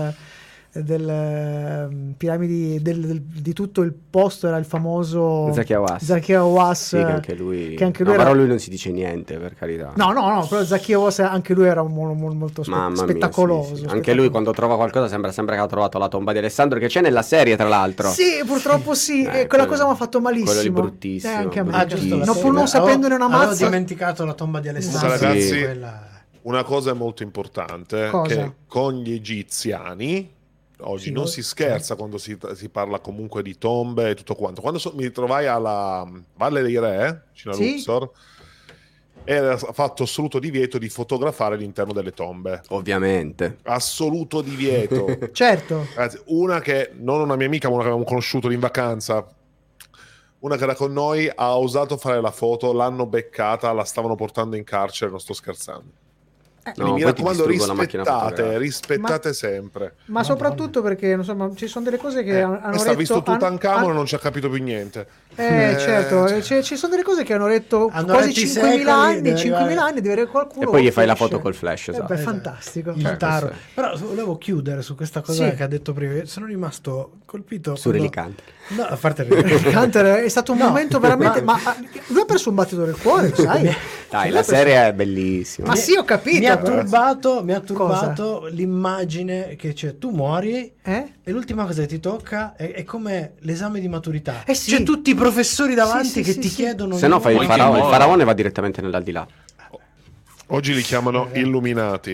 del piramidi di tutto il posto era il famoso Zakia Was, sì, che anche lui era... lui non si dice niente, per carità. No, però Zakia Was anche lui era molto spettacoloso. Sì. Anche lui quando trova qualcosa sembra che ha trovato la tomba di Alessandro, che c'è nella serie tra l'altro. Sì, purtroppo sì, quella cosa mi ha fatto malissimo. Quello lì bruttissimo. Anche a me. Pur non sapendone una mazza. Avevo dimenticato la tomba di Alessandro. Ragazzi, una cosa è molto importante, che con gli egiziani oggi non si scherza quando si parla comunque di tombe e tutto quanto. Quando mi trovai alla Valle dei Re, vicino a Luxor, era fatto assoluto divieto di fotografare l'interno delle tombe. Ovviamente. Assoluto divieto. Certo. Ragazzi, una che, non una mia amica, ma una che avevamo conosciuto in vacanza, una che era con noi, ha osato fare la foto, l'hanno beccata, la stavano portando in carcere, non sto scherzando. Quindi mi raccomando, rispettate sempre. Ma soprattutto perché insomma ci sono delle cose che hanno Questa ha visto Tutankhamon e hanno... non ci ha capito più niente. certo, ci sono delle cose che hanno detto quasi 5.000 anni, 5.000 anni, deve avere qualcuno. E poi gli fai la foto col flash, esatto. È fantastico. Però volevo chiudere su questa cosa che ha detto prima. Sono rimasto colpito. Su Relicante. No, a parte Relicante è stato un momento veramente. Ma lui ha perso un battito del cuore, sai? Dai, la serie è bellissima. Ma sì, ho capito. Mi ha turbato l'immagine che c'è, tu muori e l'ultima cosa che ti tocca è come l'esame di maturità. Sì. C'è tutti i professori davanti che ti chiedono. Se no fai il faraone va direttamente nell'aldilà. Oggi li chiamano illuminati.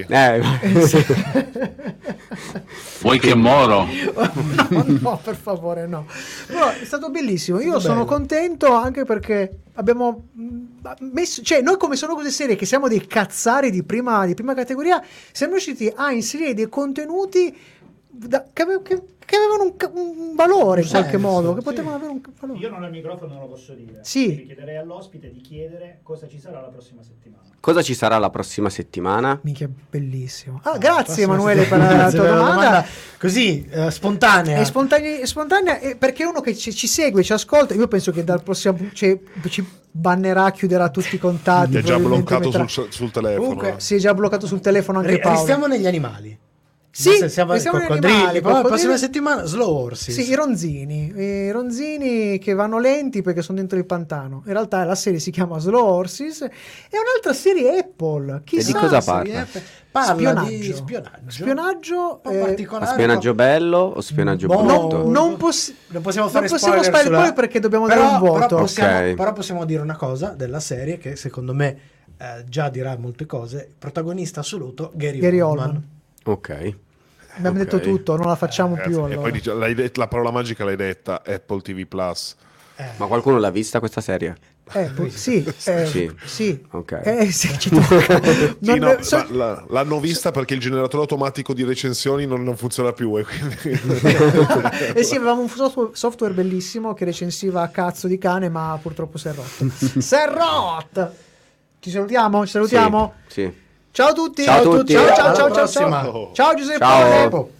Vuoi che moro? No, per favore, no. Però è stato bellissimo. Io sono contento anche perché abbiamo messo, cioè noi come Sono Cose Serie, che siamo dei cazzari di prima categoria, siamo riusciti a inserire dei contenuti che avevano un valore in qualche modo, che potevano avere un valore. Io non ho il microfono, non lo posso dire. Sì. Quindi chiederei all'ospite di chiedere cosa ci sarà la prossima settimana. Cosa ci sarà la prossima settimana? Minchia, bellissimo. Grazie Emanuele per la tua domanda. Così, spontanea. È spontanea perché uno che ci segue, ci ascolta, io penso che dal prossimo ci bannerà, chiuderà tutti i contatti. È già bloccato sul telefono. Comunque, si è già bloccato sul telefono anche Paolo. Restiamo negli animali. Sì, siamo coccodrilli. Poi la prossima settimana Slow Horses. Sì, i ronzini che vanno lenti perché sono dentro il pantano. In realtà la serie si chiama Slow Horses. È un'altra serie Apple. Chissà, e di cosa parla? Parla di spionaggio particolare. Spionaggio bello o spionaggio brutto? Non possiamo fare spoiler perché dobbiamo dare un voto. Però possiamo dire una cosa della serie che secondo me già dirà molte cose. Protagonista assoluto Gary Oldman. Ok. Abbiamo detto tutto, non la facciamo più. E allora. poi la parola magica l'hai detta, Apple TV Plus. Ma qualcuno l'ha vista questa serie? Sì. Ok. Ci tocca. L'hanno vista perché il generatore automatico di recensioni non funziona più. Quindi... sì, avevamo un software bellissimo che recensiva a cazzo di cane, ma purtroppo si è rotto. Ci salutiamo? Sì. Ciao a tutti. Ciao Giuseppe. Ciao. Ciao.